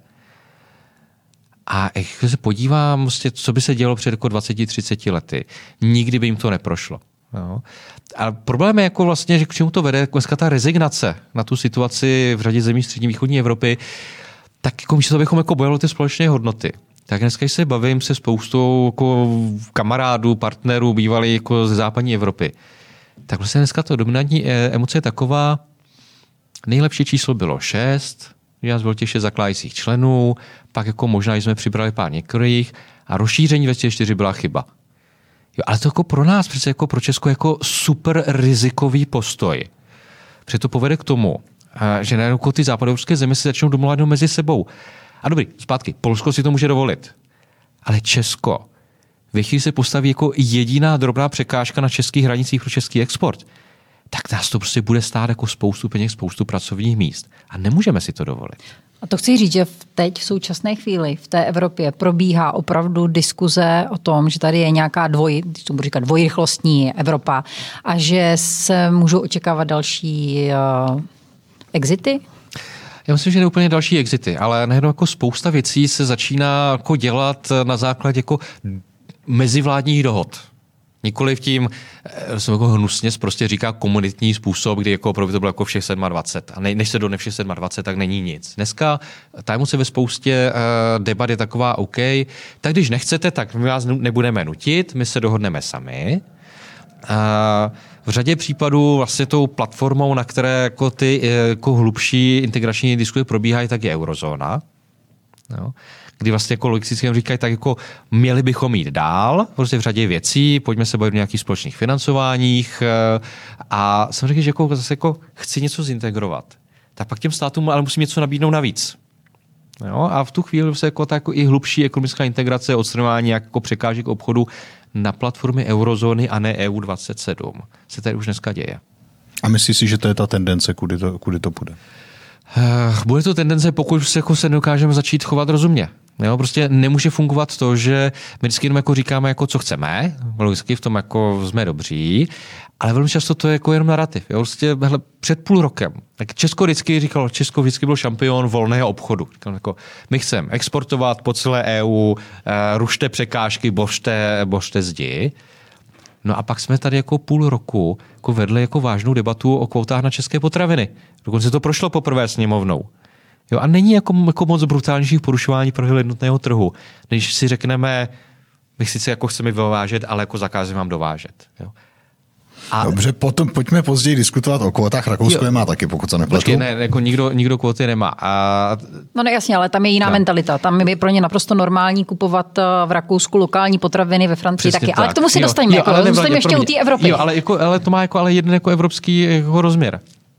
A když se podívám, vlastně, co by se dělo před jako 20-30 lety, nikdy by jim to neprošlo. Jo. A problém je jako vlastně, že k čemu to vede, jako dneska ta rezignace na tu situaci v řadě zemí střední východní Evropy, tak jako místo, abychom jako bojovali ty společné hodnoty. Tak dneska, když se bavím se spoustou jako kamarádů, partnerů, bývalých jako ze západní Evropy, tak vlastně dneska to dominantní emoce je taková, nejlepší číslo bylo 6, že nás bylo těch 6 zakládajících členů, pak jako možná jsme přibrali pár některých a rozšíření 204 byla chyba. Jo, ale to jako pro nás, přece jako pro Česko, jako super rizikový postoj. Protože to povede k tomu, že najednou ty západoevropské země se začnou domluvat mezi sebou. A dobrý, zpátky, Polsko si to může dovolit. Ale Česko, ve chvíli se postaví jako jediná drobná překážka na českých hranicích pro český export, tak nás to prostě bude stát jako spoustu peněz, spoustu pracovních míst. A nemůžeme si to dovolit. A to chci říct, že teď v současné chvíli v té Evropě probíhá opravdu diskuze o tom, že tady je nějaká dvojrychlostní Evropa a že se můžou očekávat další exity? Já myslím, že ne úplně další exity, ale najednou jako spousta věcí se začíná jako dělat na základě jako mezivládních dohod. Nikoliv tím, jsem jako hnusně prostě říká komunitní způsob, kdy jako opravdu to bylo jako všech 27. A než se do všech 27, tak není nic. Dneska tajmu se ve spoustě debat je taková OK, tak když nechcete, tak my vás nebudeme nutit, my se dohodneme sami. V řadě případů vlastně tou platformou, na které jako ty jako hlubší integrační diskuze probíhají, tak je eurozóna. No. Kdy vlastně jako logicky říkají, tak jako měli bychom jít dál, prostě v řadě věcí, pojďme se bavit o nějakých společných financováních a jsem řekl, že jako zase jako chci něco zintegrovat. Tak pak těm státům ale musím něco nabídnout navíc. Jo? A v tu chvíli se jako, jako i hlubší ekonomická integrace, odstraňování jako překážek obchodu na platformy eurozóny a ne EU27 se tady už dneska děje. A myslíš si, že to je ta tendence, kudy to půjde? Bude to tendence, pokud se nedokážeme začít chovat rozumně. Jo, prostě nemůže fungovat to, že my vždycky jenom jako říkáme, jako co chceme, logicky v tom jako jsme dobří, ale velmi často to je jako jenom narrativ. Jo, prostě před půl rokem. Tak Česko vždycky byl šampion volného obchodu. Říkal, jako, my chceme exportovat po celé EU, rušte překážky, božte zdi. No a pak jsme tady jako půl roku jako vedli jako vážnou debatu o kvótách na české potraviny. Dokonce to prošlo poprvé sněmovnou. Jo, a není jako moc brutálnějších porušování pravidel jednotného trhu, když si řekneme, my sice jako chceme vyvážet, ale jako zakázíme vám dovážet. Jo. Dobře, potom pojďme později diskutovat o kvótách. Rakousko nemá taky, pokud se nepletu. Počkej, ne, jako nikdo kvóty nemá. No ne, jasně, ale tam je jiná mentalita. Tam je pro ně naprosto normální kupovat v Rakousku lokální potraviny, ve Francii taky. Tak. Ale k tomu si dostaneme. Zůstaňme ještě u té Evropy. Jo, ale to má jako jeden jako evropský jako rozměr.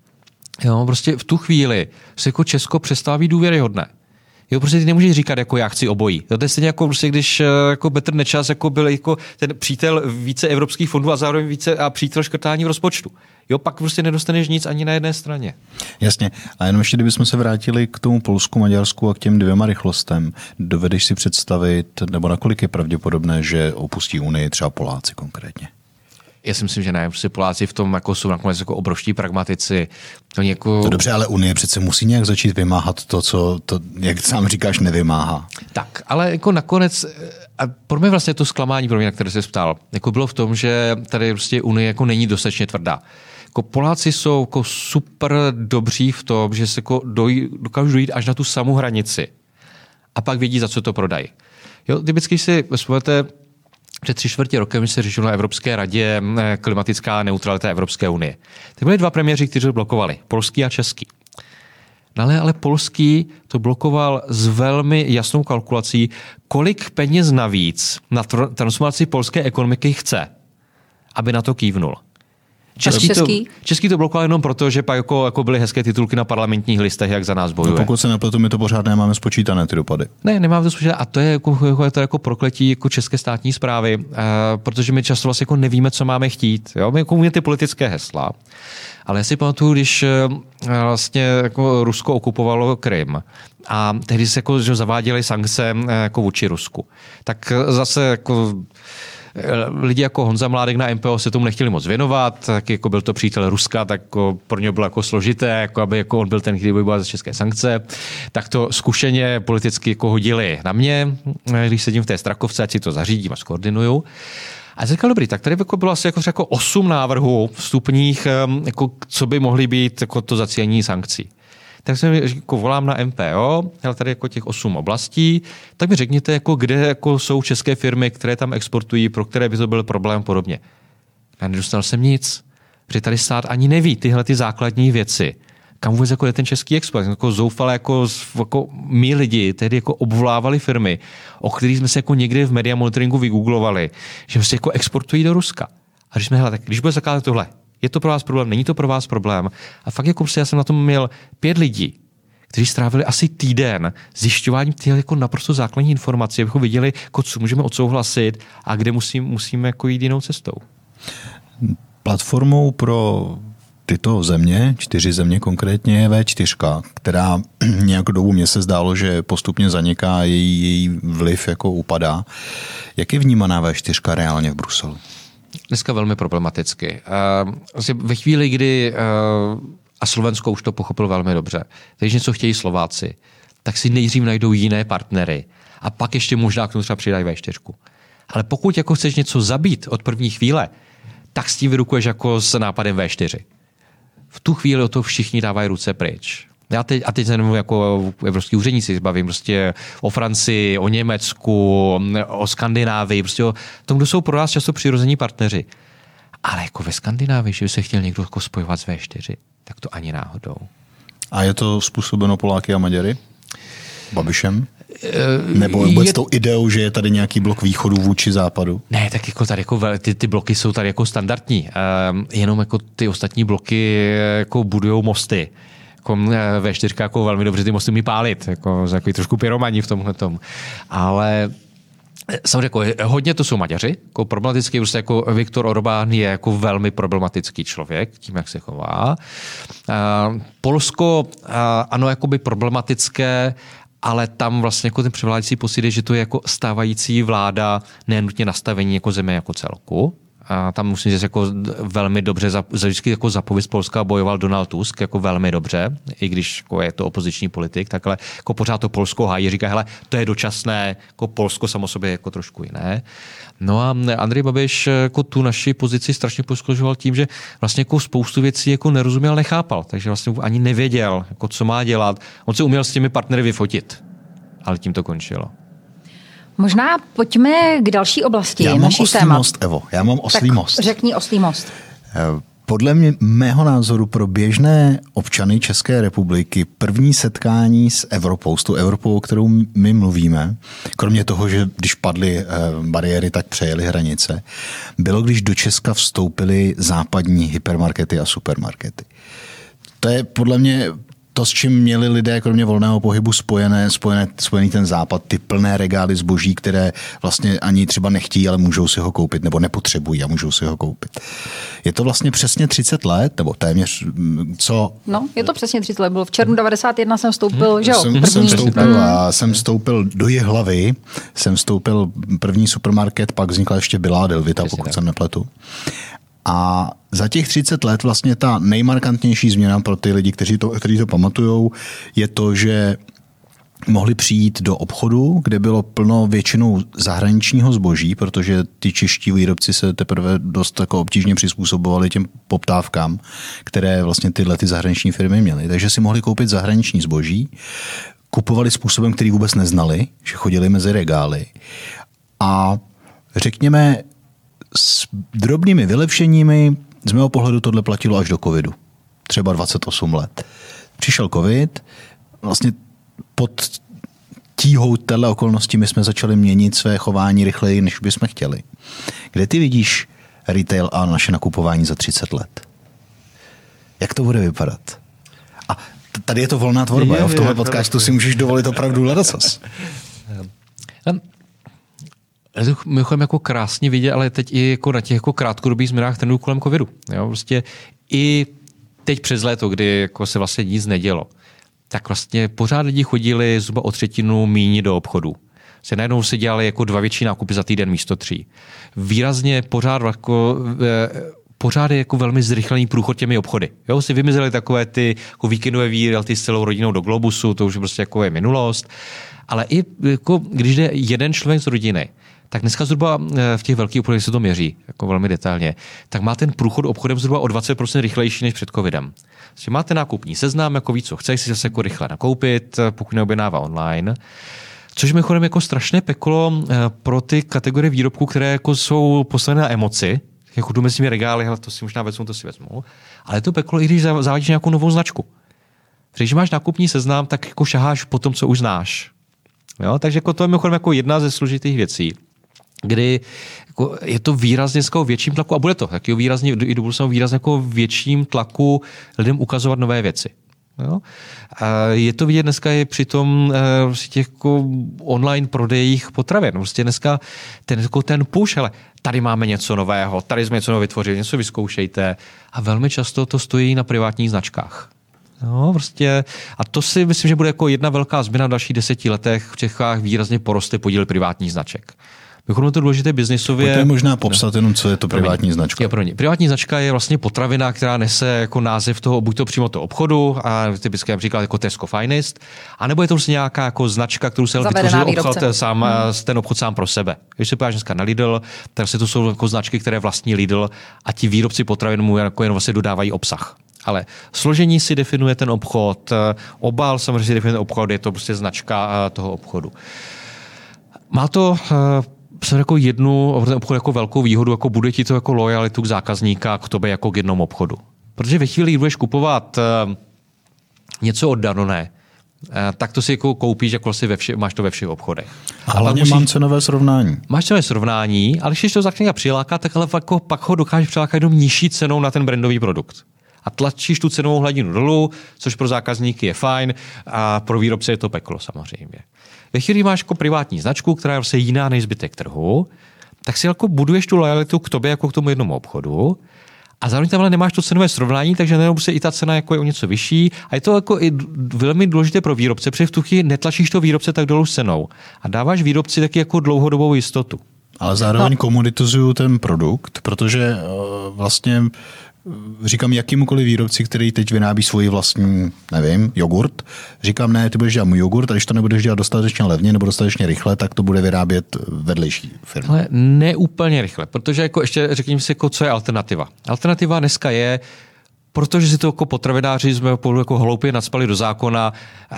Jo, prostě v tu chvíli se jako Česko přestává být důvěryhodné. Jo, prostě ty nemůžeš říkat, jako já chci obojí. To je stejně jako, prostě, když jako Petr Nečas jako byl jako ten přítel více evropských fondů a zároveň více a přítel škrtání v rozpočtu. Jo, pak prostě nedostaneš nic ani na jedné straně. Jasně. A jenom ještě, kdybychom se vrátili k tomu Polsku, Maďarsku a k těm 2 rychlostem, dovedeš si představit, nebo nakolik je pravděpodobné, že opustí Unii třeba Poláci konkrétně? Já si myslím, že ne. Prostě Poláci v tom jako jsou nakonec jako obrovští pragmatici. To dobře, ale Unie přece musí nějak začít vymáhat to, co to, jak sám říkáš, nevymáhá. Tak, ale jako nakonec, a pro mě vlastně to zklamání, na které se ptal, jako bylo v tom, že tady prostě Unie jako není dostatečně tvrdá. Jako Poláci jsou jako super dobří v tom, že se jako dokážou dojít až na tu samou hranici. A pak vědí, za co to prodají. Jo, typicky si vzpomněte, před 3/4 rokem se řešilo na Evropské radě klimatická neutralita Evropské unie. Tak byli 2 premiéři, kteří to blokovali, polský a český. Ale polský to blokoval s velmi jasnou kalkulací, kolik peněz navíc na transformaci polské ekonomiky chce, aby na to kývnul. Český to blokoval jenom proto, že pak jako byly hezké titulky na parlamentních listech, jak za nás bojuje. No pokud se nepletu, my to pořád nemáme spočítané ty dopady. Ne, nemáme to spočítané. A to je jako prokletí jako české státní správy, protože my často vlastně jako nevíme, co máme chtít. Jo? My jako umíme ty politické hesla. Ale já si pamatuju, když vlastně jako Rusko okupovalo Krym a tehdy se jako zaváděly sankce jako vůči Rusku. Tak zase jako lidi jako Honza Mládek na MPO se tomu nechtěli moc věnovat, tak jako byl to přítel Ruska, tak jako pro něj bylo jako složité, jako aby jako on byl ten, který bojoval za české sankce. Tak to zkušeně politicky jako hodili na mě, když sedím v té Strakovce, ať si to zařídím a skoordinuju. A já říkal, dobrý, tak tady jako bylo asi jako 8 návrhů vstupních, jako co by mohly být jako to zacílení sankcí. Tak jsem jako volám na MPO, ale tady jako těch 8 oblastí, tak mi řekněte, jako kde jako jsou české firmy, které tam exportují, pro které by to byl problém podobně. Já nedostal jsem nic, protože tady stát ani neví tyhle ty základní věci. kam vůbec jako je ten český export. Jako zoufale jako my lidi tehdy jako obvolávali firmy, o kterých jsme se jako někdy v media monitoringu vygooglovali, že prostě jako exportují do Ruska. A když jsme hele, tak když bude zakázat tohle, je to pro vás problém, není to pro vás problém. A fakt jako prostě já jsem na tom měl 5 lidí, kteří strávili asi týden zjišťováním těch jako naprosto základní informací, abychom viděli, jako co můžeme odsouhlasit a kde musíme jako jít jinou cestou. Platformou pro tyto země, 4 země konkrétně, je V4, která nějakou dobu mně se zdálo, že postupně zaniká, její vliv jako upadá. Jak je vnímaná V4 reálně v Bruselu? Dneska velmi problematicky. Ve chvíli, kdy a Slovensko už to pochopilo velmi dobře. Když něco chtějí Slováci, tak si nejdřív najdou jiné partnery a pak ještě možná k tomu třeba přidají V4. Ale pokud jako chceš něco zabít od první chvíle, tak s tím vyrukuješ jako s nápadem V4. V tu chvíli o to všichni dávají ruce pryč. A teď se jenom jako evropský úředníci bavím prostě o Francii, o Německu, o Skandinávii, prostě o tom, kdo jsou pro nás často přirození partneři. Ale jako ve Skandinávii, že by se chtěl někdo jako spojovat s V4, tak to ani náhodou. A je to způsobeno Poláky a Maďary? Babišem? Nebo vůbec tou ideou, že je tady nějaký blok východu vůči západu? Ne, tak jako tady jako ty bloky jsou tady jako standardní. Jenom jako ty ostatní bloky jako budujou mosty. Jako V4 jako velmi dobře ty mosty umí pálit. Jako trošku pyromaní v tomhletom. Ale samozřejmě jako hodně to jsou Maďaři. Jako problematický, prostě jako Viktor Orbán je jako velmi problematický člověk, tím, jak se chová. Polsko, ano, jakoby problematické, ale tam vlastně jako ten převládající pocit je, že to je jako stávající vláda, nenutně nastavení jako země jako celku. A tam musím říct, jako velmi dobře, vždycky jako za pověst Polska bojoval Donald Tusk jako velmi dobře, i když jako je to opoziční politik, takhle jako pořád to Polsko hájí, říká, hele, to je dočasné, jako Polsko samo sobě jako trošku jiné. No a Andrej Babiš jako tu naši pozici strašně poškozoval tím, že vlastně jako spoustu věcí jako nerozuměl, nechápal, takže vlastně ani nevěděl, jako co má dělat. On se uměl s těmi partnery vyfotit, ale tím to končilo. Možná pojďme k další oblasti. Já mám oslý most, Evo. Já mám oslý most. Řekni oslý most. Podle mého názoru pro běžné občany České republiky první setkání s Evropou, s tou Evropou, o kterou my mluvíme, kromě toho, že když padly bariéry, tak přejeli hranice, bylo, když do Česka vstoupily západní hypermarkety a supermarkety. To je podle mě to, s čím měli lidé, kromě volného pohybu, spojený ten západ, ty plné regály zboží, které vlastně ani třeba nechtějí, ale můžou si ho koupit, nebo nepotřebují a můžou si ho koupit. Je to vlastně přesně 30 let, nebo téměř, co? No, je to přesně 30 let. Bylo v červnu 91 jsem vstoupil, že jo? Jsem vstoupil do Jihlavy, jsem vstoupil první supermarket, pak vznikla ještě Bylá Delvita, pokud se nepletu. A za těch 30 let vlastně ta nejmarkantnější změna pro ty lidi, kteří to pamatujou, je to, že mohli přijít do obchodu, kde bylo plno většinou zahraničního zboží, protože ty čeští výrobci se teprve dost jako obtížně přizpůsobovali těm poptávkám, které vlastně tyhle ty zahraniční firmy měly. Takže si mohli koupit zahraniční zboží, kupovali způsobem, který vůbec neznali, že chodili mezi regály. A řekněme, s drobnými vylepšeními z mého pohledu tohle platilo až do covidu. Třeba 28 let. Přišel covid, vlastně pod tíhou téhle okolnosti my jsme začali měnit své chování rychleji, než bychom chtěli. Kde ty vidíš retail a naše nakupování za 30 let? Jak to bude vypadat? A tady je to volná tvorba. Jo? V tomhle podcastu si můžeš dovolit opravdu ledacos. Mimochodem jako krásně vidět, ale teď i jako na těch jako krátkodobých změnách trendů kolem covidu. Jo? Prostě i teď přes léto, kdy jako se vlastně nic nedělo, tak vlastně pořád lidi chodili zhruba o 1/3 míň do obchodu. Se najednou si dělali jako 2 větší nákupy za týden místo 3. Výrazně pořád je jako velmi zrychlený průchod těmi obchody. Jo, si vymizeli takové ty jako víkendové výlety s celou rodinou do Globusu, to už prostě jako je minulost. Ale i jako, když jde jeden člověk z rodiny, tak dneska zhruba v těch velkých obchodech se to měří jako velmi detailně, tak má ten průchod obchodem zhruba o 20% rychlejší než před covidem. Takže máte nákupní seznam, jako víc, co chceš si zase jako rychle nakoupit, pokud neobjednává online. Což mimochodem jako strašné peklo pro ty kategorie výrobků, které jako jsou postavené na emoci, jako jdu mezi regály, hele, to si možná vezmu, to si vezmu. Ale to peklo, i když zavádíš nějakou novou značku. Když máš nákupní seznam, tak jako šaháš po tom, co už znáš. Jo? Takže jako to je mimochodem jako jedna ze složitých věcí, kdy jako je to výrazně větším tlaku, a bude to taky výrazně, i do budoucna výrazně jako větším tlaku lidem ukazovat nové věci. Jo? A je to vidět dneska i při tom těch jako online prodejích potravin. Prostě dneska ten push, ale tady máme něco nového, tady jsme něco nového vytvořili, něco vyzkoušejte. A velmi často to stojí na privátních značkách. No, prostě, a to si myslím, že bude jako jedna velká změna v dalších 10 letech. V Čechách výrazně porostly podíl privátních značek. Mimochodem to důležité biznisově. To je možná popsat jenom, co je to privátní značka. Privátní značka je vlastně potravina, která nese jako název toho, buď to přímo toho obchodu, a typicky například jako Tesco Finest, anebo je to vlastně nějaká jako značka, kterou se vytvořil ten obchod sám pro sebe. Když se podíváš dneska na Lidl, tak to jsou jako značky, které vlastní Lidl, a ti výrobci potravin mu jako jen vlastně dodávají obsah. Ale složení si definuje ten obchod, obal samozřejmě si definuje obchod, je to prostě značka toho obchodu. Má to jako jednu obchod jako velkou výhodu, jako bude ti to jako lojalitu k zákazníka k tobě jako k jednomu obchodu. Protože ve chvíli, kdy budeš kupovat něco od Danone, tak to si jako koupíš, jako máš to ve všech obchodech. A hlavně mám cenové srovnání. Máš cenové srovnání, ale když to zákazníka přiláká, tak ale jako pak ho dokážeš přilákat jenom nižší cenou na ten brandový produkt. A tlačíš tu cenovou hladinu dolů, což pro zákazníky je fajn, a pro výrobce je to peklo samozřejmě. Ve chvíli máš jako privátní značku, která je vlastně jiná než zbytek trhu, tak si jako buduješ tu lojalitu k tobě jako k tomu jednomu obchodu, a zároveň tam ale nemáš to cenové srovnání, takže nejenom se i ta cena jako je o něco vyšší, a je to jako i velmi důležité pro výrobce, protože v tu chvíli netlačíš to výrobce tak dolů s cenou a dáváš výrobci taky jako dlouhodobou jistotu. Ale zároveň komoditizuju ten produkt, protože vlastně říkám jakýmukoliv výrobci, který teď vyrábí svoji vlastní, nevím, jogurt, říkám, ne, ty budeš dělat můj jogurt, a když to nebudeš dělat dostatečně levně nebo dostatečně rychle, tak to bude vyrábět vedlejší firma. Ale ne úplně rychle, protože jako ještě řekněme si, jako, co je alternativa. Alternativa dneska je, protože si to jako potravináři jsme jako hloupě nacpali do zákona,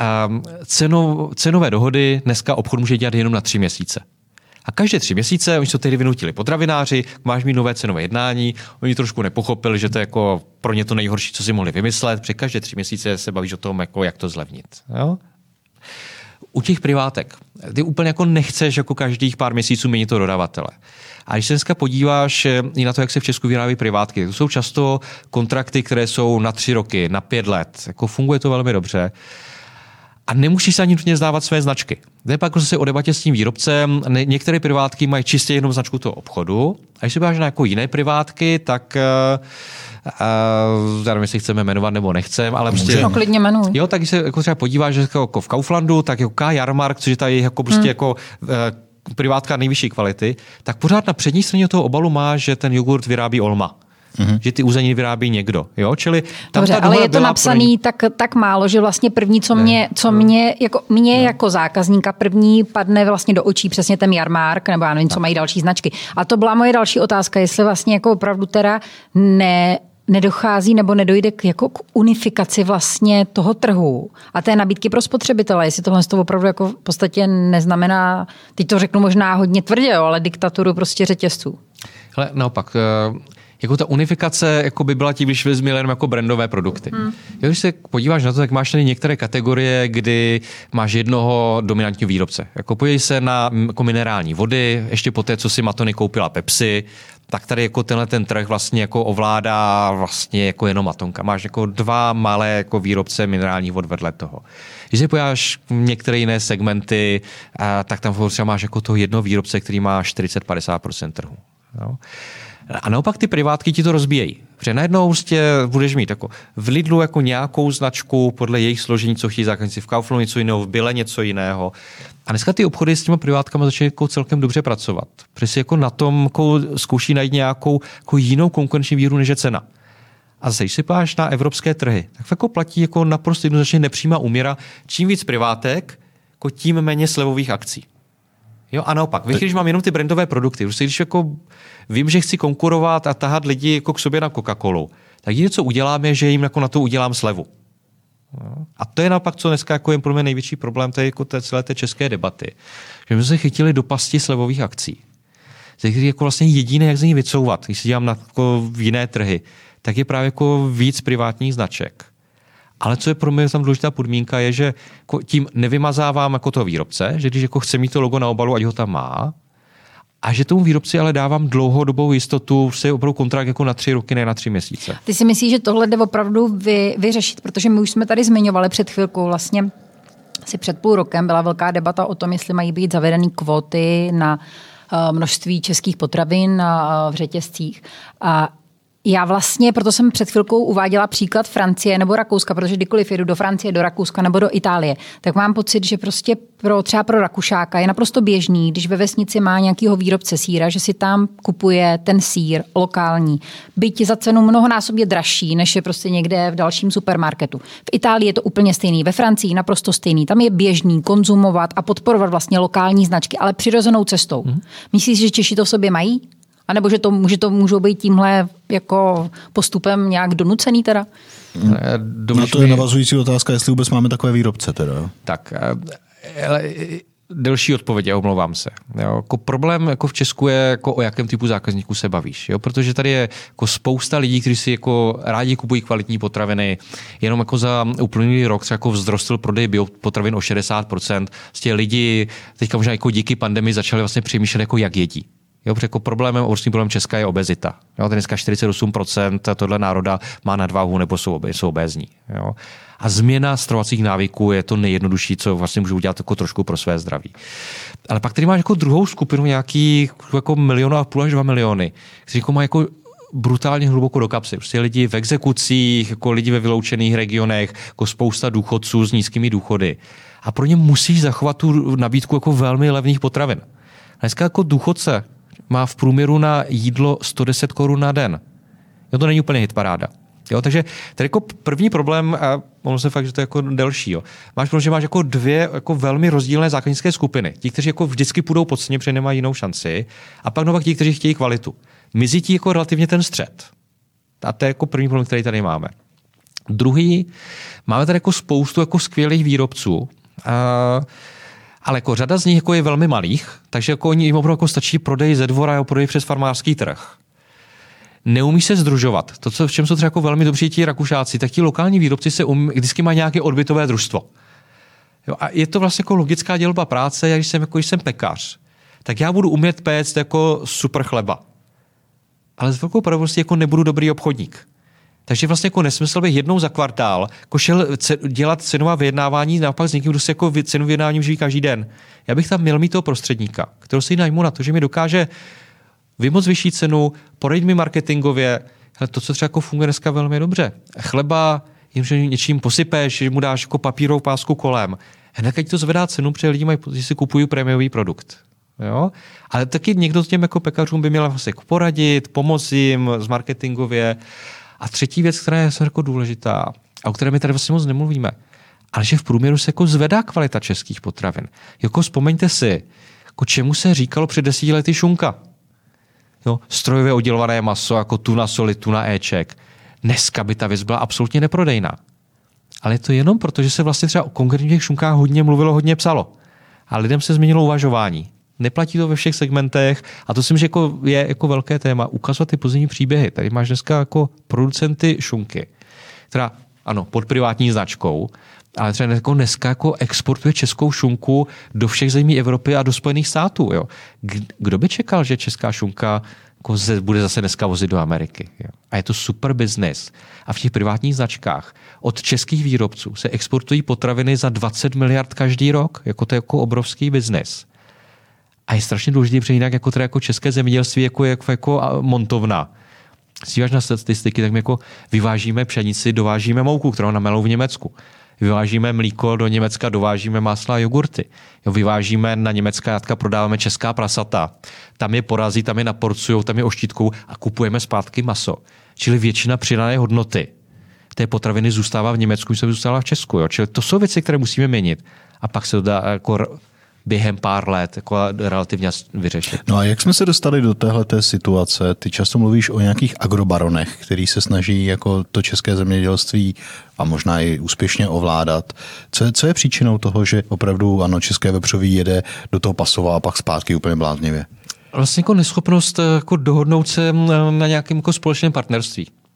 cenové dohody dneska obchod může dělat jenom na 3 měsíce. A každé 3 měsíce, oni se to tehdy vynutili potravináři, máš mít nové cenové jednání, oni trošku nepochopili, že to je jako pro ně to nejhorší, co si mohli vymyslet, protože každé 3 měsíce se bavíš o tom, jako jak to zlevnit. Jo? U těch privátek, ty úplně jako nechceš jako každých pár měsíců měnit to dodavatele. A když se dneska podíváš i na to, jak se v Česku vyrábí privátky, to jsou často kontrakty, které jsou na 3 roky, na 5 let. Jako funguje to velmi dobře. A nemusíš se ani nutně zdávat své značky. To je pak zase o debatě s tím výrobcem. Některé privátky mají čistě jenom značku toho obchodu. A když se podíváš na jako jiné privátky, tak nevím, jestli chceme jmenovat nebo nechceme, ale prostě klidně jmenuj. Jo, tak když se jako třeba podíváš jako v Kauflandu, tak jako K-Jarmark, což je tady jako prostě jako privátka nejvyšší kvality, tak pořád na přední straně toho obalu má, že ten jogurt vyrábí Olma. Že ty uzeniny vyrábí někdo. Jo? Čili tam dobře, ale je to napsaný tak málo, že vlastně první, co mě jako zákazníka první padne vlastně do očí přesně ten Jarmark, nebo já nevím, co mají další značky. A to byla moje další otázka, jestli vlastně jako opravdu teda nedochází nebo nedojde k unifikaci vlastně toho trhu a té nabídky pro spotřebitele, jestli tohle to opravdu jako v podstatě neznamená, teď to řeknu možná hodně tvrdě, ale diktaturu prostě řetězců. Ale naopak, jako ta unifikace jako by byla tím, když vezmi jenom jako brandové produkty. Když se podíváš na to, tak máš tady některé kategorie, kdy máš jednoho dominantního výrobce. Jako podívej se na jako minerální vody, ještě po té, co si Matony koupila Pepsi, tak tady jako tenhle ten trh vlastně jako ovládá vlastně jako jenom Matonka. Máš jako 2 malé jako výrobce minerálních vod vedle toho. Když se podíváš některé jiné segmenty, tak tam třeba máš jako toho jednoho výrobce, který má 40-50% trhu. Jo? A naopak ty privátky ti to rozbíjejí. Protože najednou prostě budeš mít jako v Lidlu jako nějakou značku podle jejich složení, co chtějí zákazníci, v Kauflandu něco jiného, v Bille něco jiného. A dneska ty obchody s těma privátkama začínají jako celkem dobře pracovat. Protože si jako na tom jako zkouší najít nějakou jako jinou konkurenční výhodu, než je cena. A zase, když si podíváš na evropské trhy, tak jako platí jako naprosto jednoznačně nepřímá úměra. Čím víc privátek, jako tím méně slevových akcí. Jo, a naopak, když mám jenom ty brandové produkty, když jako vím, že chci konkurovat a tahat lidi jako k sobě na Coca-Colu, tak jediné, co udělám, je, že jim jako na to udělám slevu. A to je naopak, co dneska jako je pro mě největší problém tady jako celé té české debaty. Že my jsme se chytili do pasti slevových akcí. Takže jako vlastně jediné, jak z ní vycouvat, když si dělám na jako jiné trhy, tak je právě jako víc privátních značek. Ale co je pro mě tam důležitá podmínka, je, že tím nevymazávám jako toho výrobce, že když jako chce mít to logo na obalu, ať ho tam má, a že tomu výrobci ale dávám dlouhodobou jistotu, se opravdu kontrakt jako na 3 roky, ne na 3 měsíce. Ty si myslíš, že tohle jde opravdu vyřešit, protože my už jsme tady zmiňovali před chvilkou vlastně asi před půl rokem byla velká debata o tom, jestli mají být zavedeny kvóty na množství českých potravin v řetězcích. A já vlastně, proto jsem před chvilkou uváděla příklad Francie nebo Rakouska, protože kdykoliv jedu do Francie, do Rakouska nebo do Itálie, tak mám pocit, že prostě třeba pro Rakušáka je naprosto běžný, když ve vesnici má nějakýho výrobce sýra, že si tam kupuje ten sýr lokální, byť za cenu mnohonásobně dražší, než je prostě někde v dalším supermarketu. V Itálii je to úplně stejný, ve Francii naprosto stejný. Tam je běžný konzumovat a podporovat vlastně lokální značky, ale přirozenou cestou. Myslíš, že Češi to v sobě mají? A nebo že to můžou být tímhle jako postupem nějak donucený teda? Na to je navazující otázka, jestli vůbec máme takové výrobce teda. Tak, delší odpověď, omlouvám se. Jo, jako problém jako v Česku je, jako o jakém typu zákazníků se bavíš. Jo? Protože tady je jako spousta lidí, kteří si jako rádi kupují kvalitní potraviny. Jenom jako za uplynulý rok třeba jako vzrostl prodej biopotravin o 60%. Z těch lidí teďka možná jako díky pandemii začali vlastně přemýšlet, jako jak jedí. Jo, protože jako obrovským problém Česka je obezita. Jo, dneska 48% tohle národa má nadváhu nebo jsou obézní. Jo. A změna stravovacích návyků je to nejjednodušší, co vlastně můžu udělat jako trošku pro své zdraví. Ale pak tady máš jako druhou skupinu nějakých jako 1,5 milionu až 2 miliony, kteří jako mají jako brutálně hluboko do kapsy. Prostě lidi v exekucích, jako lidi ve vyloučených regionech, jako spousta důchodců s nízkými důchody. A pro ně musíš zachovat tu nabídku jako velmi levných potravin. Dneska jako důchodce má v průměru na jídlo 110 korun na den. Jo, to není úplně hitparáda. Jo, takže tady jako první problém, a ono se fakt, že to je jako delší, jo. Máš jako 2 jako velmi rozdílné zákaznické skupiny. Ti, kteří jako vždycky půjdou pod ceně, protože nemají jinou šanci, a pak naopak ti, kteří chtějí kvalitu. Mizí ti jako relativně ten střed. A to je jako první problém, který tady máme. Druhý, máme tady jako spoustu jako skvělých výrobců, ale jako řada z nich jako je velmi malých, takže jako oni jim opravdu jako stačí prodej ze dvora a prodej přes farmářský trh. Neumí se sdružovat. To, v čem jsou třeba jako velmi dobří ti Rakušáci, tak ti lokální výrobci se vždycky mají nějaké odbytové družstvo. Jo, a je to vlastně jako logická dělba práce, když jsem pekař, tak já budu umět péct jako super chleba. Ale s velkou pravděpodobností jako nebudu dobrý obchodník. Takže vlastně jako nesmysl bych jednou za kvartál jako šel dělat cenová vyjednávání, naopak s někým, kdo si jako cenu vyjednáváním živí každý den. Já bych tam měl mít toho prostředníka, kterého si najmu na to, že mi dokáže vymoct vyšší cenu, poradit mi marketingově, ale to, co třeba jako funguje dneska velmi dobře. Chleba, že něčím posypeš, že mu dáš jako papírovou pásku kolem. Hned ať to zvedá cenu, protože lidi mají, že si kupují prémiový produkt. Jo? Ale taky někdo těm jako pekařům by měl vlastně jako poradit, pomoct jim z marketingově. A třetí věc, která je jako důležitá, a o které my tady vlastně moc nemluvíme, ale že v průměru se jako zvedá kvalita českých potravin. Jako vzpomeňte si, jako čemu se říkalo před 10 lety šunka. Jo, strojově oddělované maso, jako tuna soli, tuna éček. Dneska by ta věc byla absolutně neprodejná. Ale je to jenom proto, že se vlastně třeba o konkrétních šunkách hodně mluvilo, hodně psalo. A lidem se změnilo uvažování. Neplatí to ve všech segmentech a to si myslím, že jako je jako velké téma ukazovat ty pozemní příběhy. Tady máš dneska jako producenty šunky, která ano, pod privátní značkou, ale třeba jako dneska jako exportuje českou šunku do všech zemí Evropy a do Spojených států. Jo. Kdo by čekal, že česká šunka jako bude zase dneska vozit do Ameriky? Jo. A je to super business. A v těch privátních značkách od českých výrobců se exportují potraviny za 20 miliard každý rok. Jako to je jako obrovský business. A je strašně důležitý, protože jinak jako, jako české zemědělství jako montovna. Díváš na statistiky, tak my jako vyvážíme pšenici, dovážíme mouku, kterou namelou v Německu. Vyvážíme mlíko do Německa, dovážíme másla a jogurty. Jo, vyvážíme na německá jatka, prodáváme česká prasata. Tam je porazí, tam je naporcujou, tam je oštítkou a kupujeme zpátky maso. Čili většina přidané hodnoty té potraviny zůstává v Německu, se zůstává v Česku. Jo. Čili to jsou věci, které musíme měnit. A pak se to dá jako během pár let jako relativně vyřešit. No a jak jsme se dostali do téhleté situace? Ty často mluvíš o nějakých agrobaronech, který se snaží jako to české zemědělství a možná i úspěšně ovládat. Co je příčinou toho, že opravdu ano, české vepřový jede do toho Pasova a pak zpátky úplně bláznivě? Vlastně jako neschopnost jako dohodnout se na nějakém jako společném partnerství.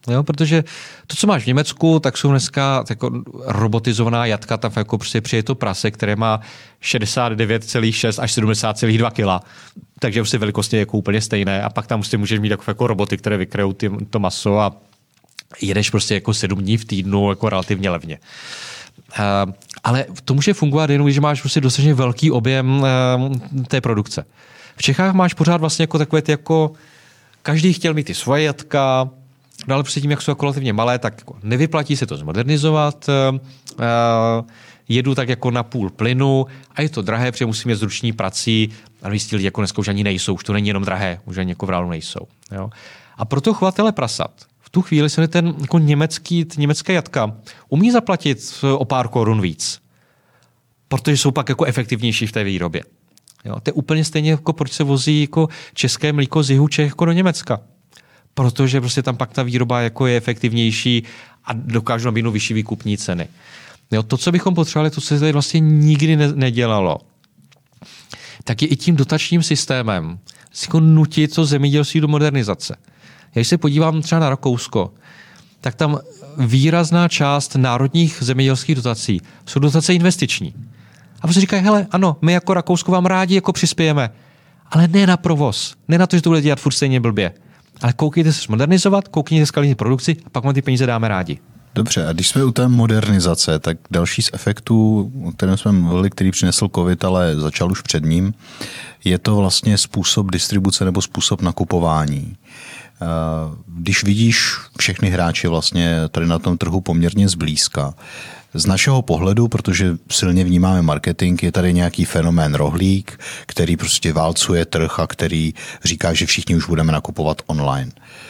Jo, protože to, co máš v Německu, tak jsou dneska jako robotizovaná jatka, tam jako prostě přijde to prase, které má 69,6 až 70,2 kg. Takže prostě velikostně jako úplně stejné. A pak tam prostě můžeš mít jako roboty, které vykryjou to maso a jedeš prostě jako 7 dní v týdnu jako relativně levně. Ale to může fungovat jenom, když máš prostě dostatečně velký objem té produkce. V Čechách máš pořád vlastně jako takové ty jako každý chtěl mít ty svoje jatka, no ale prostě tím, jak jsou jako relativně malé, tak jako nevyplatí se to zmodernizovat, jedu tak jako na půl plynu a je to drahé, protože musím jít s ruční prací a místní lidi jako dneska už ani nejsou, už to není jenom drahé, už ani jako v reálu nejsou. Jo? A proto chovatele prasat v tu chvíli se ten jako německé jatka umí zaplatit o pár korun víc, protože jsou pak jako efektivnější v té výrobě. Jo? To je úplně stejně, jako proč se vozí jako české mlíko z jihu Čech jako do Německa. Protože prostě tam pak ta výroba jako je efektivnější a dokážou nabídnout vyšší výkupní ceny. Jo, to, co bychom potřebovali, to se tady vlastně nikdy nedělalo, tak je i tím dotačním systémem jako nutit to zemědělství do modernizace. Já když se podívám třeba na Rakousko, tak tam výrazná část národních zemědělských dotací jsou dotace investiční. A prostě říkají, hele, ano, my jako Rakousko vám rádi jako přispějeme, ale ne na provoz, ne na to, že to bude dělat furt stejně blbě. Ale koukejte se modernizovat, koukejte se kvalitní produkci a pak vám ty peníze dáme rádi. Dobře, a když jsme u té modernizace, tak další z efektů, o kterém jsme mluvili, který přinesl covid, ale začal už před ním, je to vlastně způsob distribuce nebo způsob nakupování. Když vidíš všechny hráče vlastně tady na tom trhu poměrně zblízka, z našeho pohledu, protože silně vnímáme marketing, je tady nějaký fenomén rohlík, který prostě válcuje trh a který říká, že všichni už budeme nakupovat online.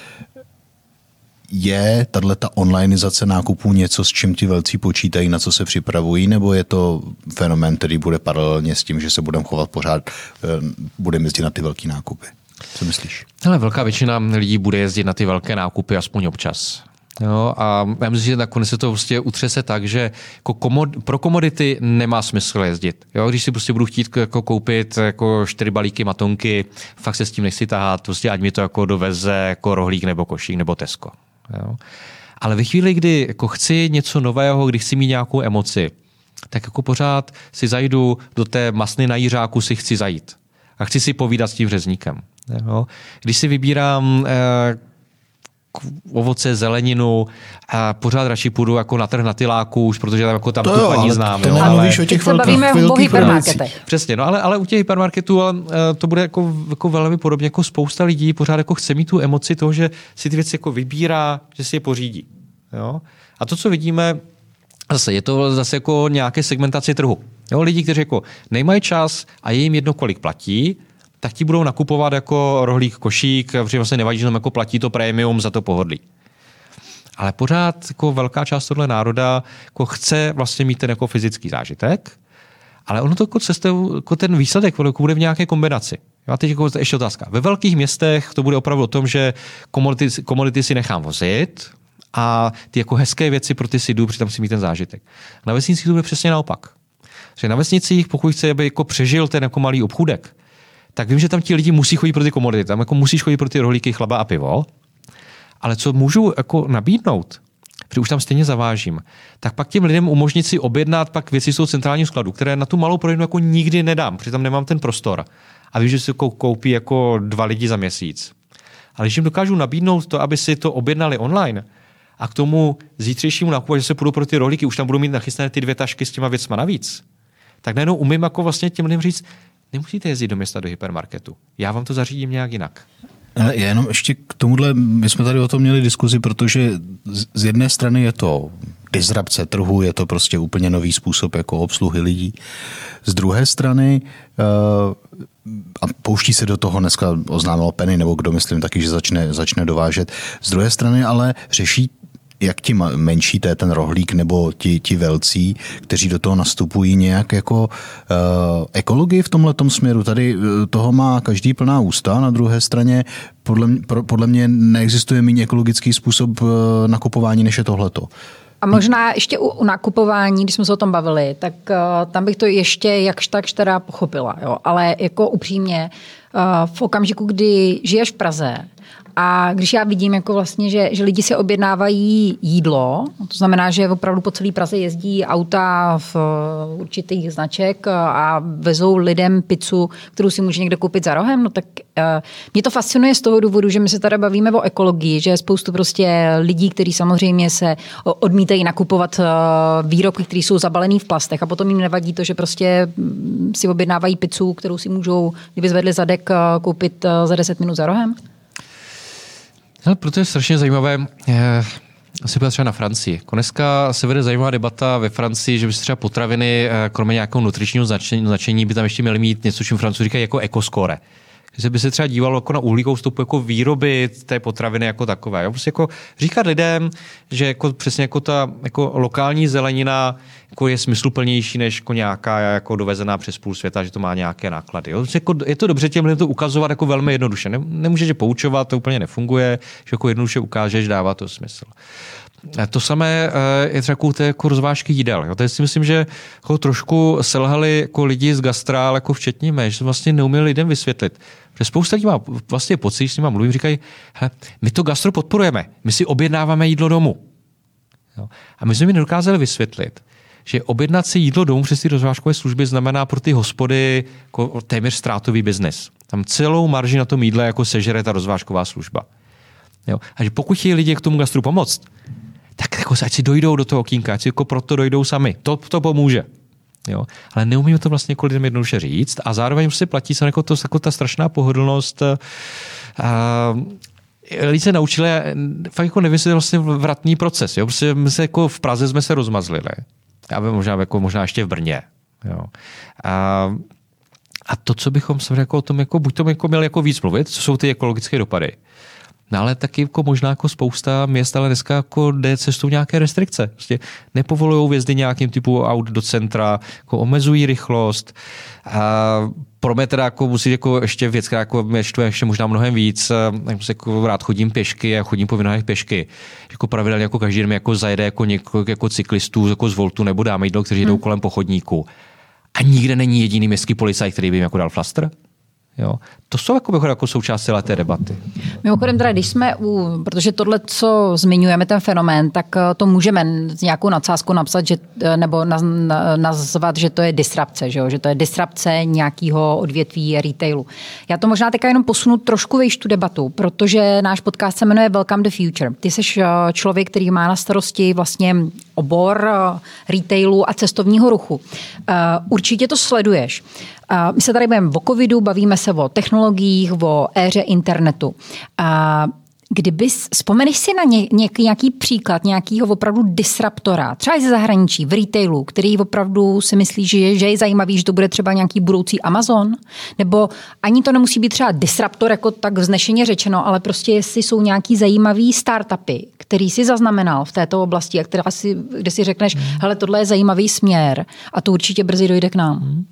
Je tato onlineizace nákupů něco, s čím ti velcí počítají, na co se připravují, nebo je to fenomén, který bude paralelně s tím, že se budeme chovat pořád, budeme jezdit na ty velký nákupy? Co myslíš? Hele, velká většina lidí bude jezdit na ty velké nákupy aspoň občas. Jo, a já myslím, že nakonec se to prostě utřese tak, že jako pro komodity nemá smysl jezdit. Jo, když si prostě budu chtít jako koupit jako 4 balíky matonky, fakt se s tím nechci tahat, prostě ať mi to jako doveze jako rohlík nebo košík nebo Tesco. Jo. Ale ve chvíli, kdy jako chci něco nového, kdy chci mít nějakou emoci, tak jako pořád si zajdu do té masny na Jiřáku, si chci zajít. A chci si povídat s tím řezníkem. Jo. Když si vybírám ovoce, zeleninu a pořád radši půjdu jako na trh na Tyláku, už protože tam jako tam tu paní znám. To nemluvíš o těch velkých hypermarketech. Přesně, no ale u těch hypermarketů to bude jako velmi podobně, jako spousta lidí pořád jako chce mít tu emoci toho, že si ty věci jako vybírá, že si je pořídí. Jo? A to, co vidíme, je to zase jako nějaké segmentace trhu. Jo? Lidi, kteří jako nemají čas a je jim jedno, kolik platí, tak ti budou nakupovat jako rohlík, košík, protože vlastně nevadí, že tam jako platí to prémium za to pohodlí. Ale pořád jako velká část tohle národa jako chce vlastně mít ten jako fyzický zážitek, ale ono to jako ten výsledek jako bude v nějaké kombinaci. A teď jako ještě otázka. Ve velkých městech to bude opravdu o tom, že komodity si nechám vozit a ty jako hezké věci pro ty si jdu, protože tam si mít ten zážitek. Na vesnicích to bude přesně naopak. Že na vesnicích, pokud chce, aby jako přežil ten jako malý obchůdek, tak vím, že tam ti lidi musí chodit pro ty komodity. Tam jako musíš chodit pro ty rohlíky, chleba a pivo. Ale co můžu jako nabídnout, protože už tam stejně zavážím, tak pak těm lidem umožnit si objednat pak věci z toho centrálního skladu, které na tu malou prodejnu jako nikdy nedám, protože tam nemám ten prostor. A vím, že si koupí jako 2 lidi za měsíc. Ale když jim dokážu nabídnout to, aby si to objednali online a k tomu zítřejšímu nákupu, že se půjdu pro ty rohlíky, už tam budu mít nachystané ty 2 tašky s těma věcma navíc, tak najednou umím jako vlastně těm lidem říct, nemusíte jezdit do města, do hypermarketu. Já vám to zařídím nějak jinak. Ale jenom ještě k tomuhle, my jsme tady o tom měli diskuzi, protože z jedné strany je to disrupce trhu, je to prostě úplně nový způsob jako obsluhy lidí. Z druhé strany, a pouští se do toho, dneska oznámilo Penny, nebo kdo myslím taky, že začne dovážet. Z druhé strany ale řeší jak ti menší, to je ten rohlík, nebo ti velcí, kteří do toho nastupují nějak jako ekologii v tomhletom směru. Tady toho má každý plná ústa, na druhé straně podle mě neexistuje méně ekologický způsob nakupování, než je tohleto. A možná ještě u nakupování, když jsme se o tom bavili, tak tam bych to ještě jakž takž teda pochopila. Jo? Ale jako upřímně, v okamžiku, kdy žiješ v Praze, a když já vidím, jako vlastně, že lidi si objednávají jídlo, to znamená, že opravdu po celé Praze jezdí auta v určitých značek a vezou lidem pizzu, kterou si může někde koupit za rohem, no tak mě to fascinuje z toho důvodu, že my se tady bavíme o ekologii, že je spoustu prostě lidí, kteří samozřejmě se odmítají nakupovat výrobky, které jsou zabalený v plastech a potom jim nevadí to, že prostě si objednávají pizzu, kterou si můžou, kdyby zvedli zadek, koupit za 10 minut za rohem. No, proto je strašně zajímavé, asi byla třeba na Francii. Dneska se vede zajímavá debata ve Francii, že by se třeba potraviny, kromě nějakého nutričního značení, by tam ještě měly mít něco, čím Francouzi říkají jako ekoscore. Že by se třeba dívalo jako na uhlíkovou stopu jako výroby té potraviny jako takové. Prostě jako říkat lidem, že jako přesně jako ta jako lokální zelenina jako je smysluplnější než jako nějaká jako dovezená přes půl světa, že to má nějaké náklady. Jo? Jako je to dobře těm lidem to ukazovat jako velmi jednoduše. Nemůžeš je poučovat, to úplně nefunguje, že jako jednoduše ukážeš, dává to smysl. To samé je třeba jako rozvážky jídel. Jo? Tady si myslím, že jako trošku selhali jako lidi z gastra, ale jako včetně mě, že to vlastně neuměli lidem vysvětlit. Protože spousta lidí má vlastně pocit, že s nimi mluvím, říkají, my to gastro podporujeme, my si objednáváme jídlo domů. Jo? A my jsme mi nedokázali vysvětlit, že objednat si jídlo domů přes ty rozvážkové služby znamená pro ty hospody jako téměř ztrátový biznes. Tam celou marži na tom jídle jako sežere ta rozvážková služba. Jo? A že pokud chtějí lidi k tomu gastru pomoct, tak jako ať si dojdou do toho okýnka, ať si jako proto dojdou sami. To pomůže. Jo? Ale neumíme to vlastně jako lidem jednoduše říct a zároveň si platí se jako ta strašná pohodlnost. Lidi se naučili fakt jako nevysvětlit vlastně vratný proces. Jo? Prostě my se jako v Praze jsme se rozmazlili. A možná ještě v Brně. Jo? A to, co bychom se jako o tom jako, buď to jako měli jako víc mluvit, co jsou ty ekologické dopady. No ale taky jako možná jako spousta měst, ale dneska jako jde cestou nějaké restrikce. Prostě nepovolujou vjezdy nějakým typu aut do centra, jako omezují rychlost. A pro mě teda jako musí jako ještě věc, která jako mě štve ještě možná mnohem víc. Jako rád chodím pěšky a chodím po Vinohradech pěšky. Jako pravidelně jako každý den jako zajede jako několik jako cyklistů jako z Voltu nebo dáme jídlo, kteří jdou kolem po chodníku. A nikde není jediný městský policajt, který by jim jako dal flastr. Jo. To jsou jako součást celé té debaty. Mimochodem, teda, když jsme protože tohle, co zmiňujeme, ten fenomén, tak to můžeme s nějakou nadsázkou napsat, že, nebo nazvat, že to je disrupce, že to je disrupce nějakého odvětví retailu. Já to možná teďka jenom posunu trošku vejš tu debatu, protože náš podcast se jmenuje Welcome the Future. Ty jsi člověk, který má na starosti vlastně obor retailu a cestovního ruchu. Určitě to sleduješ. My se tady bavíme o covidu, bavíme se o technologiích, o éře internetu. Vzpomeneš si na nějaký příklad nějakého opravdu disruptora, třeba ze zahraničí, v retailu, který opravdu si myslí, že je zajímavý, že to bude třeba nějaký budoucí Amazon? Nebo ani to nemusí být třeba disruptor, jako tak vznešeně řečeno, ale prostě jestli jsou nějaký zajímavý startupy, který si zaznamenal v této oblasti a kde si řekneš, hele, tohle je zajímavý směr a to určitě brzy dojde k nám.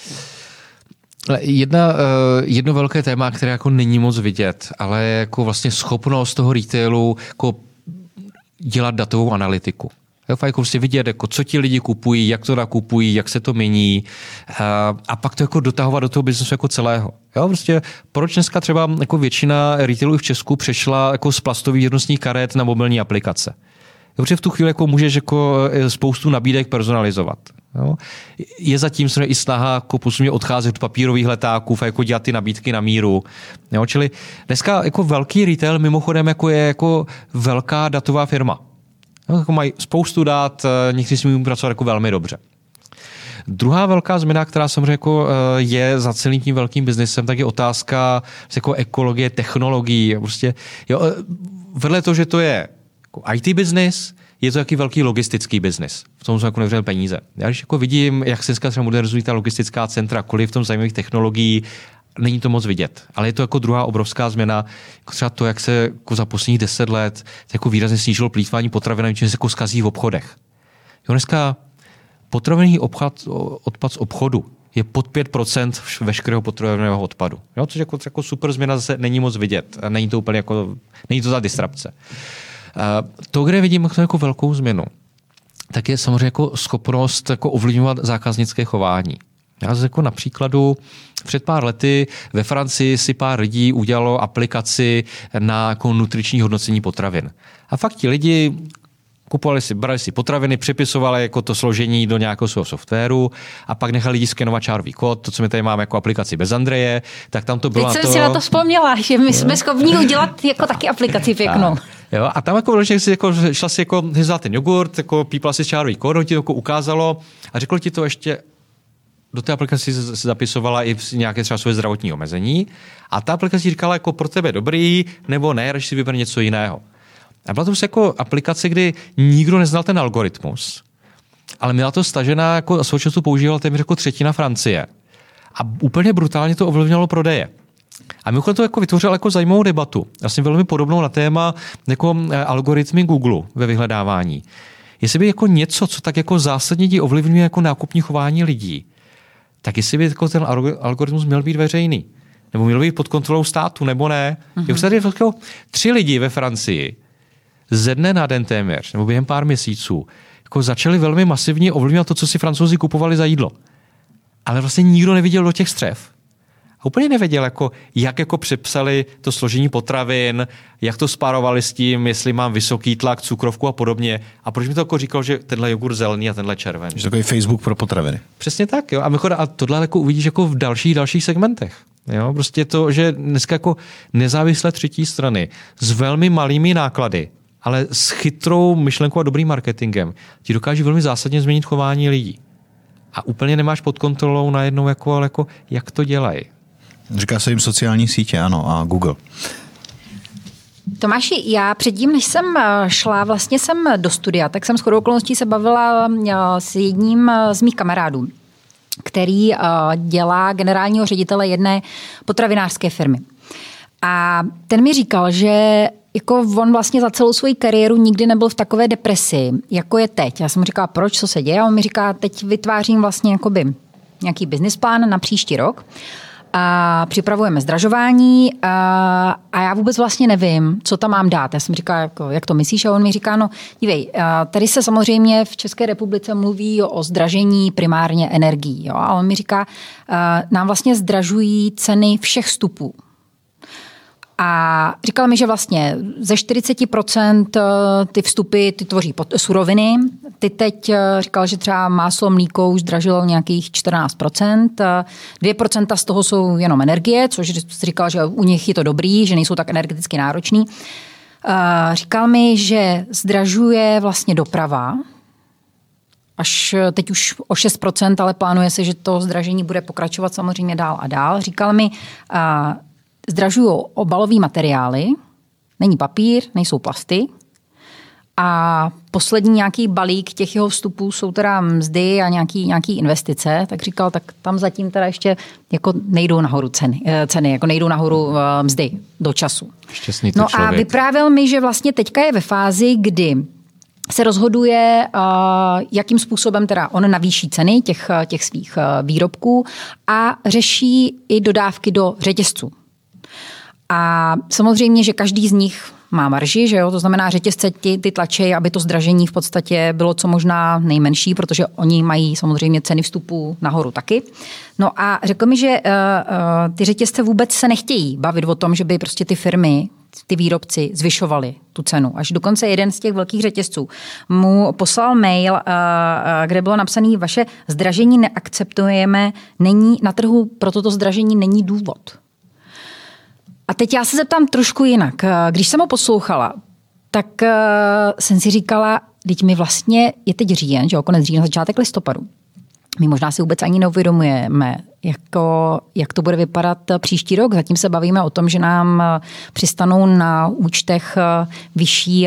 Jedno velké téma, které jako není moc vidět, ale je jako vlastně schopnost toho retailu jako dělat datovou analytiku. Jako prostě vidět, jako co ti lidi kupují, jak to nakupují, jak se to mění a pak to jako dotahovat do toho biznesu jako celého. Jo, prostě proč dneska třeba jako většina retailů v Česku přešla jako z plastových jednotných karet na mobilní aplikace. Protože v tu chvíli jako můžeš jako spoustu nabídek personalizovat. Jo. Je zatím i snaha jako postupně odcházet od papírových letáků a jako dělat ty nabídky na míru. Jo. Čili dneska jako velký retail mimochodem jako je jako velká datová firma. Jo. Jako mají spoustu dat, někteří si můžou pracovat jako velmi dobře. Druhá velká změna, která samozřejmě jako je za celým tím velkým biznesem, tak je otázka jako ekologie, technologií. Prostě, jo, vedle toho, že to je jako IT business, je to taky velký logistický biznis. V tom jsou jako nevřel peníze. Já když jako vidím, jak se dneska třeba modernizují ta logistická centra, kolik v tom zajímavých technologií, není to moc vidět. Ale je to jako druhá obrovská změna, jako třeba to, jak se jako za posledních 10 let jako výrazně snížilo plýtvání potravinami, čím se jako skazí v obchodech. Jo, dneska potravinový odpad z obchodu je pod 5% veškerého potravinového odpadu. Jo, což jako super změna zase není moc vidět. A není to úplně jako, není to za disrupce. To, kde vidím jako velkou změnu, tak je samozřejmě jako schopnost jako ovlivňovat zákaznické chování. Já jako na příkladu, před pár lety ve Francii si pár lidí udělalo aplikaci na jako nutriční hodnocení potravin. A fakt ti lidi brali si potraviny, připisovali jako to složení do nějakého svého softwaru a pak nechali lidi skenovat čárový kód, to, co my tady máme jako aplikaci bez Andreje, tak tam to bylo. Teď jsem si na to vzpomněla, že my jsme schopni udělat jako taky aplikaci pěknou. Jo, a tam jako, šla si jako vzala ten jogurt, jako pípla si čárový kód, ti to jako ukázalo a řeklo ti to ještě do té aplikace se zapisovala i nějaké třeba svoje zdravotní omezení a ta aplikace říkala jako pro tebe dobrý nebo ne, radši si vyber něco jiného. A byla to prostě jako aplikace, kdy nikdo neznal ten algoritmus, ale měla to stažená, jako současně používala téměř jako třetina Francie. A úplně brutálně to ovlivňovalo prodeje. A mimochodem to jako vytvořilo jako zajímavou debatu. Vlastně velmi podobnou na téma jako algoritmy Google ve vyhledávání. Jestli by jako něco, co tak jako zásadně ovlivňuje jako nákupní chování lidí, tak jestli by jako ten algoritmus měl být veřejný. Nebo měl být pod kontrolou státu, nebo ne. Mm-hmm. Už tady jako 3 lidi ve Francii ze dne na den téměř, nebo během pár měsíců, jako začali velmi masivně ovlivňovat to, co si Francouzi kupovali za jídlo. Ale vlastně nikdo neviděl do těch střev. A úplně nevěděl, jako, jak jako přepsali to složení potravin, jak to spárovali s tím, jestli mám vysoký tlak, cukrovku a podobně. A proč mi to jako říkal, že tenhle jogurt zelený a tenhle červený. Je takový Facebook pro potraviny. Přesně tak. Jo. A tohle jako uvidíš jako v dalších segmentech. Jo. Prostě to, že dneska jako nezávislé třetí strany s velmi malými náklady, ale s chytrou myšlenkou a dobrým marketingem ti dokáží velmi zásadně změnit chování lidí. A úplně nemáš pod kontrolou najednou, jako jak to dělají. Říká se jim sociální sítě, ano, a Google. Tomáši, já předtím, než jsem šla vlastně sem do studia, tak jsem shodou okolností se bavila s jedním z mých kamarádů, který dělá generálního ředitele jedné potravinářské firmy. A ten mi říkal, že jako on vlastně za celou svoji kariéru nikdy nebyl v takové depresi, jako je teď. Já jsem mu říkala, proč, co se děje? A on mi říká, teď vytvářím vlastně jakoby nějaký business plán na příští rok. A připravujeme zdražování a já vůbec vlastně nevím, co tam mám dát. Já jsem říkala, jako, jak to myslíš? A on mi říká, no dívej, tady se samozřejmě v České republice mluví o zdražení primárně energií. Jo? A on mi říká, nám vlastně zdražují ceny všech vstupů. A říkal mi, že vlastně ze 40% ty vstupy ty tvoří suroviny. Ty teď říkal, že třeba máslo, mlíko už zdražilo nějakých 14%. 2% z toho jsou jenom energie, což říkal, že u nich je to dobrý, že nejsou tak energeticky nároční. Říkal mi, že zdražuje vlastně doprava, až teď už o 6%, ale plánuje se, že to zdražení bude pokračovat samozřejmě dál a dál. Říkal mi, zdražují obalové materiály, není papír, nejsou plasty a poslední nějaký balík těch jeho vstupů jsou teda mzdy a nějaký investice, tak říkal, tak tam zatím teda ještě jako nejdou nahoru ceny jako nejdou nahoru mzdy do času. Šťastný to no člověk. A vyprávěl mi, že vlastně teďka je ve fázi, kdy se rozhoduje, jakým způsobem teda on navýší ceny těch svých výrobků a řeší i dodávky do řetězců. A samozřejmě, že každý z nich má marži, že jo? To znamená, řetězce ty tlačí, aby to zdražení v podstatě bylo co možná nejmenší, protože oni mají samozřejmě ceny vstupů nahoru taky. No a řekl mi, že ty řetězce vůbec se nechtějí bavit o tom, že by prostě ty firmy, ty výrobci zvyšovali tu cenu. Až dokonce jeden z těch velkých řetězců mu poslal mail, kde bylo napsané, vaše zdražení neakceptujeme, není na trhu, pro toto zdražení není důvod. A teď já se zeptám trošku jinak. Když jsem ho poslouchala, tak jsem si říkala, teď mi vlastně je teď říjen, že jo, konec října, začátek listopadu. My možná si vůbec ani neuvědomujeme, jak to bude vypadat příští rok. Zatím se bavíme o tom, že nám přistanou na účtech vyšší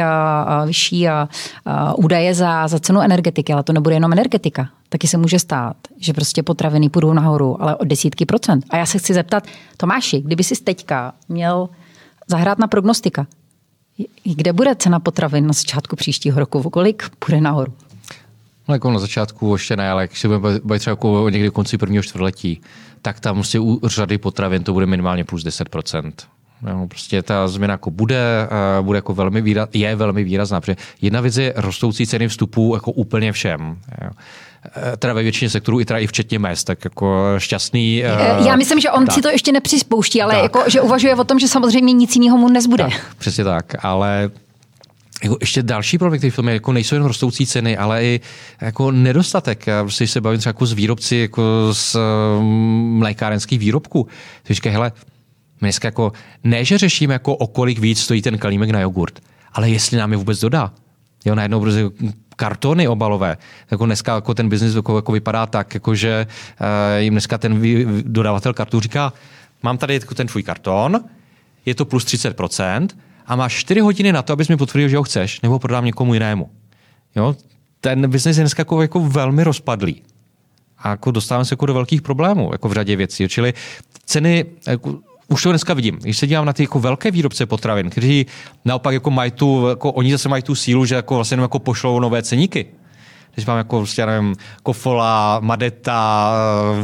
údaje za cenu energetiky, ale to nebude jenom energetika. Taky se může stát, že prostě potraviny půjdou nahoru, ale o desítky procent. A já se chci zeptat, Tomáši, kdyby jsi teďka měl zahrát na prognostika, kde bude cena potravin na začátku příštího roku? Kolik půjde nahoru? No, jako na začátku ještě ne, ale když se bude třeba jako někdy konci prvního čtvrtletí, tak tam prostě u řady potravin to bude minimálně plus 10%. No, prostě ta změna jako bude jako velmi výrazná, protože jedna věc je rostoucí ceny vstupů jako úplně všem. Jo. Teda ve většině sektorů, i včetně mest, tak jako šťastný. Já myslím, že on si to ještě nepřispouští, ale jako, že uvažuje o tom, že samozřejmě nic jiného mu nezbude. Tak, přesně tak, ale jako ještě další problém, který v tom je, jako nejsou jen rostoucí ceny, ale i jako nedostatek. Já prostě se bavím třeba jako s výrobci jako z mlékárenských výrobků. Ty říkají, hele, my dneska jako, ne, že řešíme jako o kolik víc stojí ten kalímek na jogurt, ale jestli nám je vůbec dodá. Jo, najednou prostě kartony obalové. Jako dneska jako ten biznis jako vypadá tak, jako že jim dneska ten dodavatel kartů říká, mám tady ten tvůj karton, je to plus 30%, a máš 4 hodiny na to, abys mi potvrdil, že ho chceš, nebo prodám někomu jinému. Jo? Ten biznes je dneska jako velmi rozpadlý. A jako dostáváme se jako do velkých problémů jako v řadě věcí. Čili ceny, jako, už to dneska vidím, když se dívám na ty jako velké výrobce potravin, kteří naopak jako mají oni zase mají tu sílu, že jako vlastně jako pošlou nové ceníky. Když mám jako, prostě, nevím, Kofola, Madeta,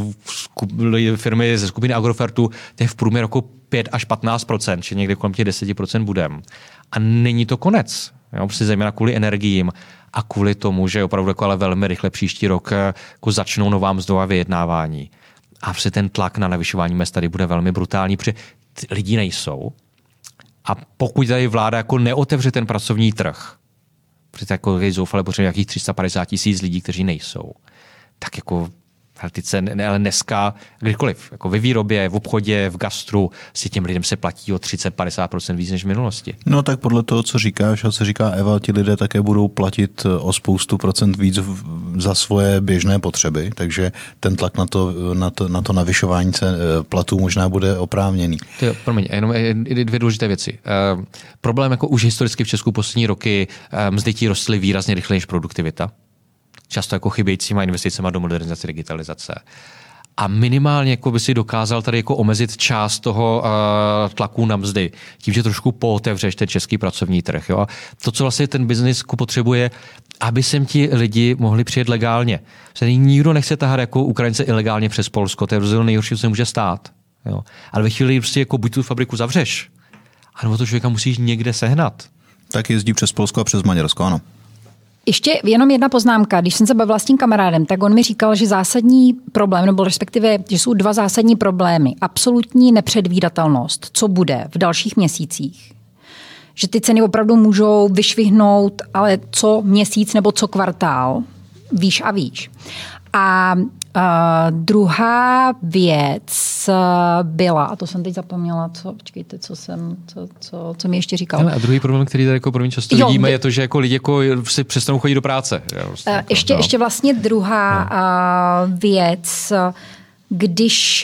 firmy ze skupiny Agrofertu, to je v průměru jako 5 až 15%, či někde kolem těch 10% budem. A není to konec. Jo, prostě zejména kvůli energiím a kvůli tomu, že opravdu jako ale velmi rychle příští rok jako začnou nová mzdová vyjednávání. A prostě ten tlak na navyšování mezd tady bude velmi brutální, protože lidi nejsou. A pokud tady vláda jako neotevře ten pracovní trh, protože jako zoufale potřebuje nějakých 350 000 lidí, kteří nejsou, tak jako ty ceny, ale dneska kdykoliv, jako ve výrobě, v obchodě, v gastru, si těm lidem se platí o 30-50% víc než v minulosti. No tak podle toho, co říkáš a co říká Eva, ti lidé také budou platit o spoustu procent víc za svoje běžné potřeby, takže ten tlak na to navyšování platů možná bude oprávněný. Promiň, jenom 2 důležité věci. Problém jako už historicky v Česku poslední roky mzdy ti rostly výrazně rychleji než produktivita. Často jako chybějícíma investicema do modernizace, digitalizace. A minimálně jako by si dokázal tady jako omezit část toho tlaku na mzdy. Tím, že trošku pootevřeš ten český pracovní trh. Jo? A to, co vlastně ten biznis potřebuje, aby sem ti lidi mohli přijet legálně. Tady nikdo nechce tahat jako Ukrajince ilegálně přes Polsko. To je rozhodně nejhorší, co se může stát. Jo? Ale ve chvíli prostě jako buď tu fabriku zavřeš, anebo to člověka musíš někde sehnat. Tak jezdí přes Polsko a přes Maďarsko, ano. Ještě jenom jedna poznámka. Když jsem se bavila s tím kamarádem, tak on mi říkal, že zásadní problém, nebo respektive, že jsou 2 zásadní problémy. Absolutní nepředvídatelnost, co bude v dalších měsících. Že ty ceny opravdu můžou vyšvihnout, ale co měsíc nebo co kvartál, výš a výš. A druhá věc byla, a to jsem teď zapomněla, co mi ještě říkal. A druhý problém, který tady jako často vidíme, je to, že jako lidi jako si přestanou chodit do práce. Ještě vlastně druhá věc, když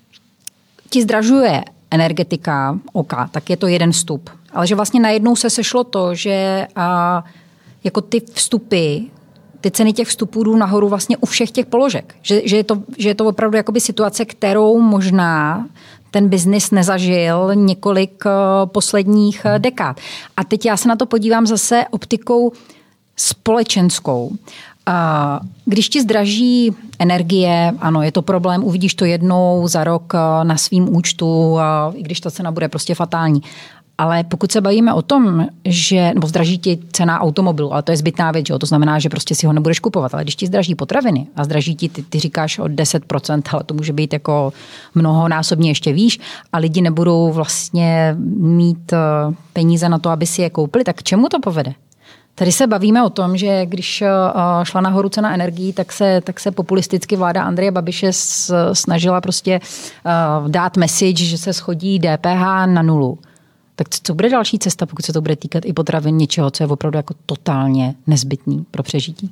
ti zdražuje energetika oka, tak je to jeden vstup. Ale že vlastně najednou se sešlo to, že jako ty vstupy, ty ceny těch vstupů jdou nahoru vlastně u všech těch položek. Že je to opravdu jakoby situace, kterou možná ten biznis nezažil několik posledních dekád. A teď já se na to podívám zase optikou společenskou. Když ti zdraží energie, ano, je to problém, uvidíš to jednou za rok na svým účtu, i když ta cena bude prostě fatální. Ale pokud se bavíme o tom, že, nebo zdraží ti cena automobilu, ale to je zbytná věc, to znamená, že prostě si ho nebudeš kupovat, ale když ti zdraží potraviny a zdraží ti, ty říkáš o 10%, ale to může být jako mnohonásobně ještě výš a lidi nebudou vlastně mít peníze na to, aby si je koupili, tak k čemu to povede? Tady se bavíme o tom, že když šla nahoru cena energií, tak se populisticky vláda Andreje Babiše snažila prostě dát message, že se schodí DPH na 0. Tak co bude další cesta, pokud se to bude týkat i potravin něčeho, co je opravdu jako totálně nezbytný pro přežití?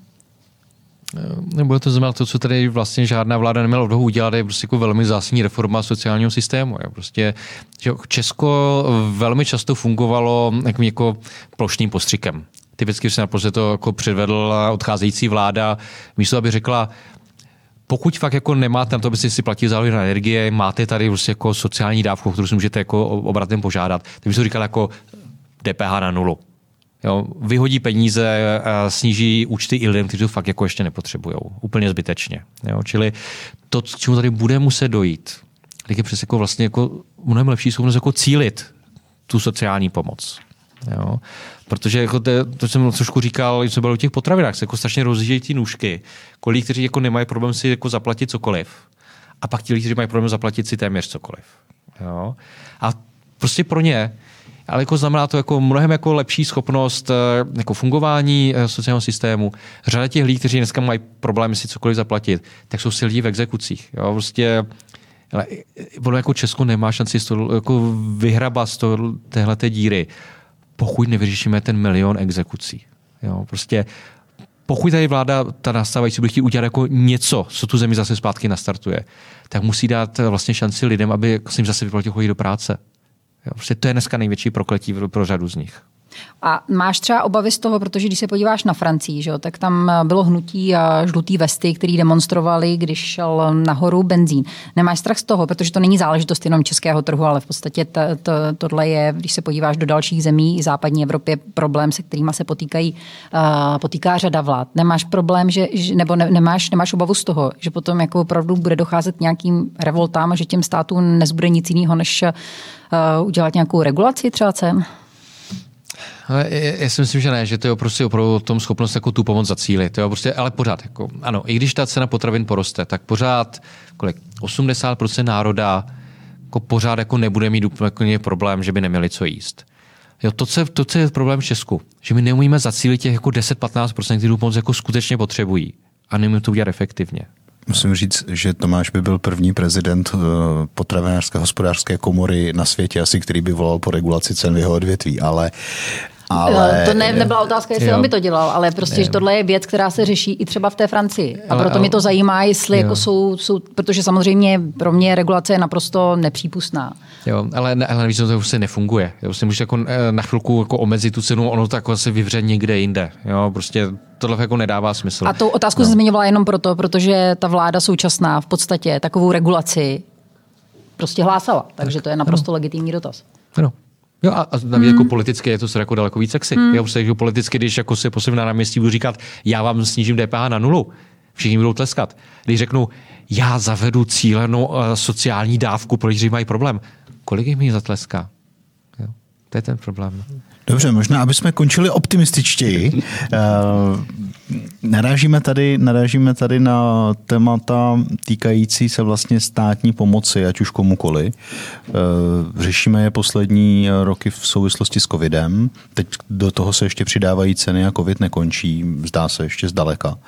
Nebude to znamenat to, co tady vlastně žádná vláda neměla odvahu udělat, je prostě jako velmi zásadní reforma sociálního systému. Prostě, že Česko velmi často fungovalo jako plošným postřikem. Typicky se naprosto to jako předvedla odcházející vláda, místo aby řekla, pokud fakt jako nemáte tam to, abyste si platili zálohy na energie, máte tady prostě jako sociální dávku, kterou si můžete jako obratem požádat, tak bych to říkal jako DPH na 0. Jo, vyhodí peníze, sníží účty i lidem, kteří to fakt jako ještě nepotřebují. Úplně zbytečně. Jo, čili to, k čemu tady bude muset dojít, tak je přes jako vlastně jako mnohem lepší schopnost jako cílit tu sociální pomoc. Jo? Protože jako to jsem trošku říkal, když jsme byli u těch potravinách, se jako strašně rozjíždějí ty nůžky. Kolik, kteří jako nemají problém si jako zaplatit cokoliv. A pak ti lidi, kteří mají problém zaplatit si téměř cokoliv. Jo? A prostě pro ně, ale jako znamená to jako mnohem jako lepší schopnost jako fungování sociálního systému. Řada těch lidí, kteří dneska mají problém si cokoliv zaplatit, tak jsou si lidi v exekucích. Jo? Prostě ono jako Česko nemá šanci jako vyhrabat z téhleté díry, pokud nevyřešíme ten 1 000 000 exekucí. Jo? Prostě pokud tady vláda, ta nastávající, bude chtít udělat jako něco, co tu zemi zase zpátky nastartuje, tak musí dát vlastně šanci lidem, aby se jim zase vyplatilo chodit do práce. Jo, prostě to je dneska největší prokletí pro řadu z nich. A máš třeba obavy z toho, protože když se podíváš na Francii, že jo, tak tam bylo hnutí a žlutý vesty, který demonstrovali, když šel nahoru benzín. Nemáš strach z toho, protože to není záležitost jenom českého trhu, ale v podstatě tohle je, když se podíváš do dalších zemí, i západní Evropě, problém, se kterýma se potýká řada vlád. Nemáš problém, nebo nemáš obavu z toho, že potom jako opravdu bude docházet nějakým revoltám a že těm státům nezbude nic jiného, než udělat nějakou regulaci třeba cen? Já si myslím, že ne, že to je prostě opravdu o tom schopnost jako tu pomoc zacílit. Jo? Prostě, ale pořád, jako, ano, i když ta cena potravin poroste, tak pořád 80% národa jako pořád jako nebude mít úplně problém, že by neměli co jíst. Jo, to je problém v Česku, že my neumíme zacílit těch jako 10-15%, kteří tu pomoc jako skutečně potřebují a neumíme to udělat efektivně. Musím říct, že Tomáš by byl první prezident potravinářské hospodářské komory na světě, asi který by volal po regulaci cen v jeho odvětví, ale to nebyla otázka, jestli on by to dělal, ale prostě, že tohle je věc, která se řeší i třeba v té Francii. A proto mě to zajímá, jestli jako jsou, protože samozřejmě pro mě regulace je naprosto nepřípustná. Jo, ale navíc to prostě nefunguje. Prostě můžeš jako na chvilku jako omezit tu cenu, ono to jako se vyvře někde jinde. Jo, prostě tohle jako nedává smysl. A tou otázku jsem zmiňovala jenom proto, protože ta vláda současná v podstatě takovou regulaci prostě hlásala. Takže to je naprosto legitimní dotaz. Ano. Jo, a navíc jako politicky je to jako daleko víc sexy. Já prostě jako politicky, když jako se posuneme na náměstí, budu říkat, já vám snížím DPH na 0. Všichni budou tleskat. Když řeknu, já zavedu cílenou sociální dávku pro lidi, kteří mají problém, kolik jich mi zatleská? Jo, to je ten problém. Dobře, možná, aby jsme končili optimističtěji. Narážíme tady na témata týkající se vlastně státní pomoci, ať už komukoli. Řešíme je poslední roky v souvislosti s covidem. Teď do toho se ještě přidávají ceny a covid nekončí, zdá se ještě zdaleka.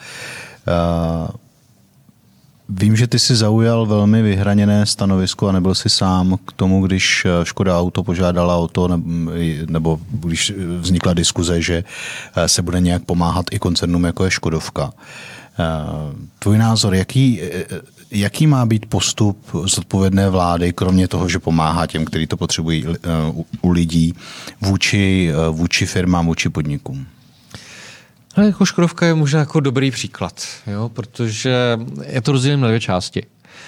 Vím, že ty jsi zaujal velmi vyhraněné stanovisko a nebyl jsi sám k tomu, když Škoda Auto požádala o to, nebo když vznikla diskuze, že se bude nějak pomáhat i koncernům, jako je Škodovka. Tvůj názor, jaký má být postup zodpovědné vlády, kromě toho, že pomáhá těm, kteří to potřebují u lidí, vůči firmám, vůči podnikům? Ale jako Škodovka je možná jako dobrý příklad, jo? Protože je to rozdělím na 2 části.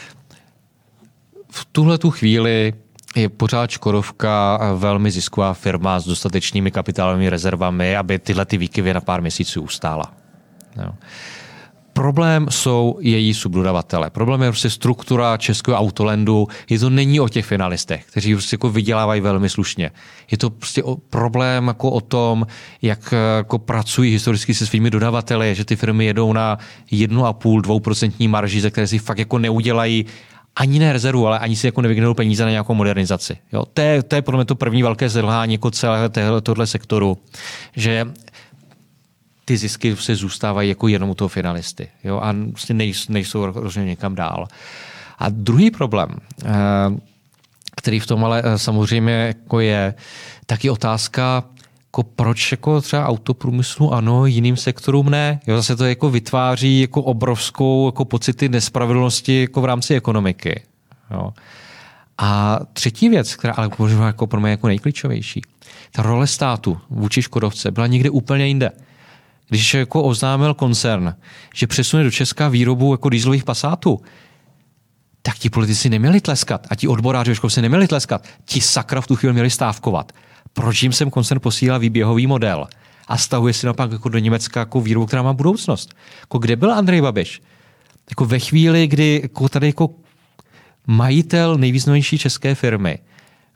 V tuhletu chvíli je pořád Škodovka velmi zisková firma s dostatečnými kapitálovými rezervami, aby tyhle výkyvy na pár měsíců ustála. Jo? Problém jsou její subdodavatele. Problém je prostě struktura českého Autolandu. To není o těch finalistech, kteří prostě jako vydělávají velmi slušně. Je to prostě problém jako o tom, jak jako pracují historicky se svými dodavateli, že ty firmy jedou na 1,5-2% marži, ze které si fakt jako neudělají ani ne rezervu, ale ani si jako nevygenerují peníze na nějakou modernizaci. Jo? To je podle mě to první velké selhání jako celého tohle sektoru, že ty zisky se zůstávají jako jenom u toho finalisty. Jo? A vlastně nejsou rozhodně někam dál. A druhý problém, který v tom ale samozřejmě jako je, tak je otázka, jako proč jako třeba autoprůmyslu ano, jiným sektorům ne. Jo? Zase to jako vytváří jako obrovskou jako pocity nespravedlnosti jako v rámci ekonomiky. Jo? A třetí věc, která ale možná jako pro mě jako nejklíčovější, ta role státu vůči Škodovce byla někde úplně jinde. Když jako oznámil koncern, že přesune do Česka výrobu jako dieselových Passatů, tak ti politici neměli tleskat a ti odboráři ve Škodovce neměli tleskat. Ti sakra v tu chvíli měli stávkovat. Proč jim sem koncern posílá výběhový model a stahuje si naopak jako do Německa jako výrobu, která má budoucnost? Jako kde byl Andrej Babiš? Jako ve chvíli, kdy jako tady jako majitel nejvýznamnější české firmy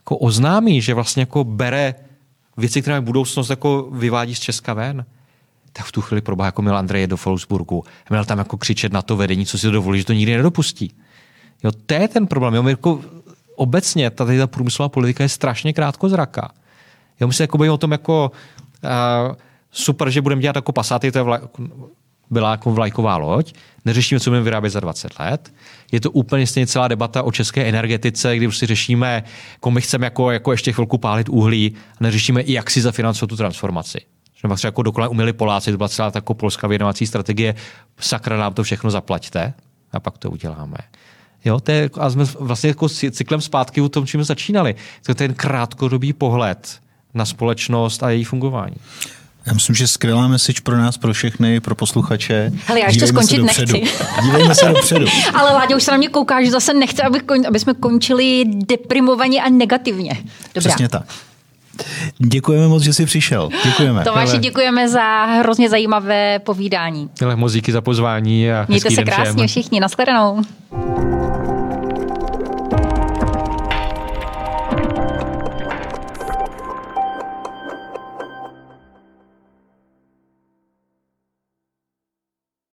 jako oznámí, že vlastně jako bere věci, které mají budoucnost, jako vyvádí z Česka ven, tak v tu chvíli proboha jako měl Andreje do Wolfsburgu. Měl tam jako křičet na to vedení, co si to dovolí, že to nikdy nedopustí. Jo, to je ten problém. Jo, jako obecně ta průmyslová politika je strašně krátkozraká. Jo, my se jako bavíme o tom jako super, že budeme dělat jako Passaty, to byla jako vlajková loď. Neřešíme, co budeme vyrábět za 20 let. Je to úplně stejně celá debata o české energetice, kdy si řešíme, jako my chceme jako ještě chvilku pálit uhlí a neřešíme, jak si zafinancovat tu transformaci. Že třeba jako dokonale uměli Poláci, to byla celá ta jako polská vyjednávací strategie, sakra nám to všechno zaplaťte a pak to uděláme. Jo, to je, a jsme vlastně jako cyklem zpátky u tom, čím začínali. To je ten krátkodobý pohled na společnost a její fungování. Já myslím, že skvělá message pro nás, pro všechny, pro posluchače. Hele, já ještě skončit nechci. Dívejme se dopředu. Ale Láďa už se na mě kouká, že zase nechce, aby jsme končili deprimovaně a negativně. Dobrá. Přesně tak. Děkujeme moc, že jsi přišel. Děkujeme. Tomáši, děkujeme za hrozně zajímavé povídání. Moc díky za pozvání a mějte se krásně všem. Všichni. Nashledanou.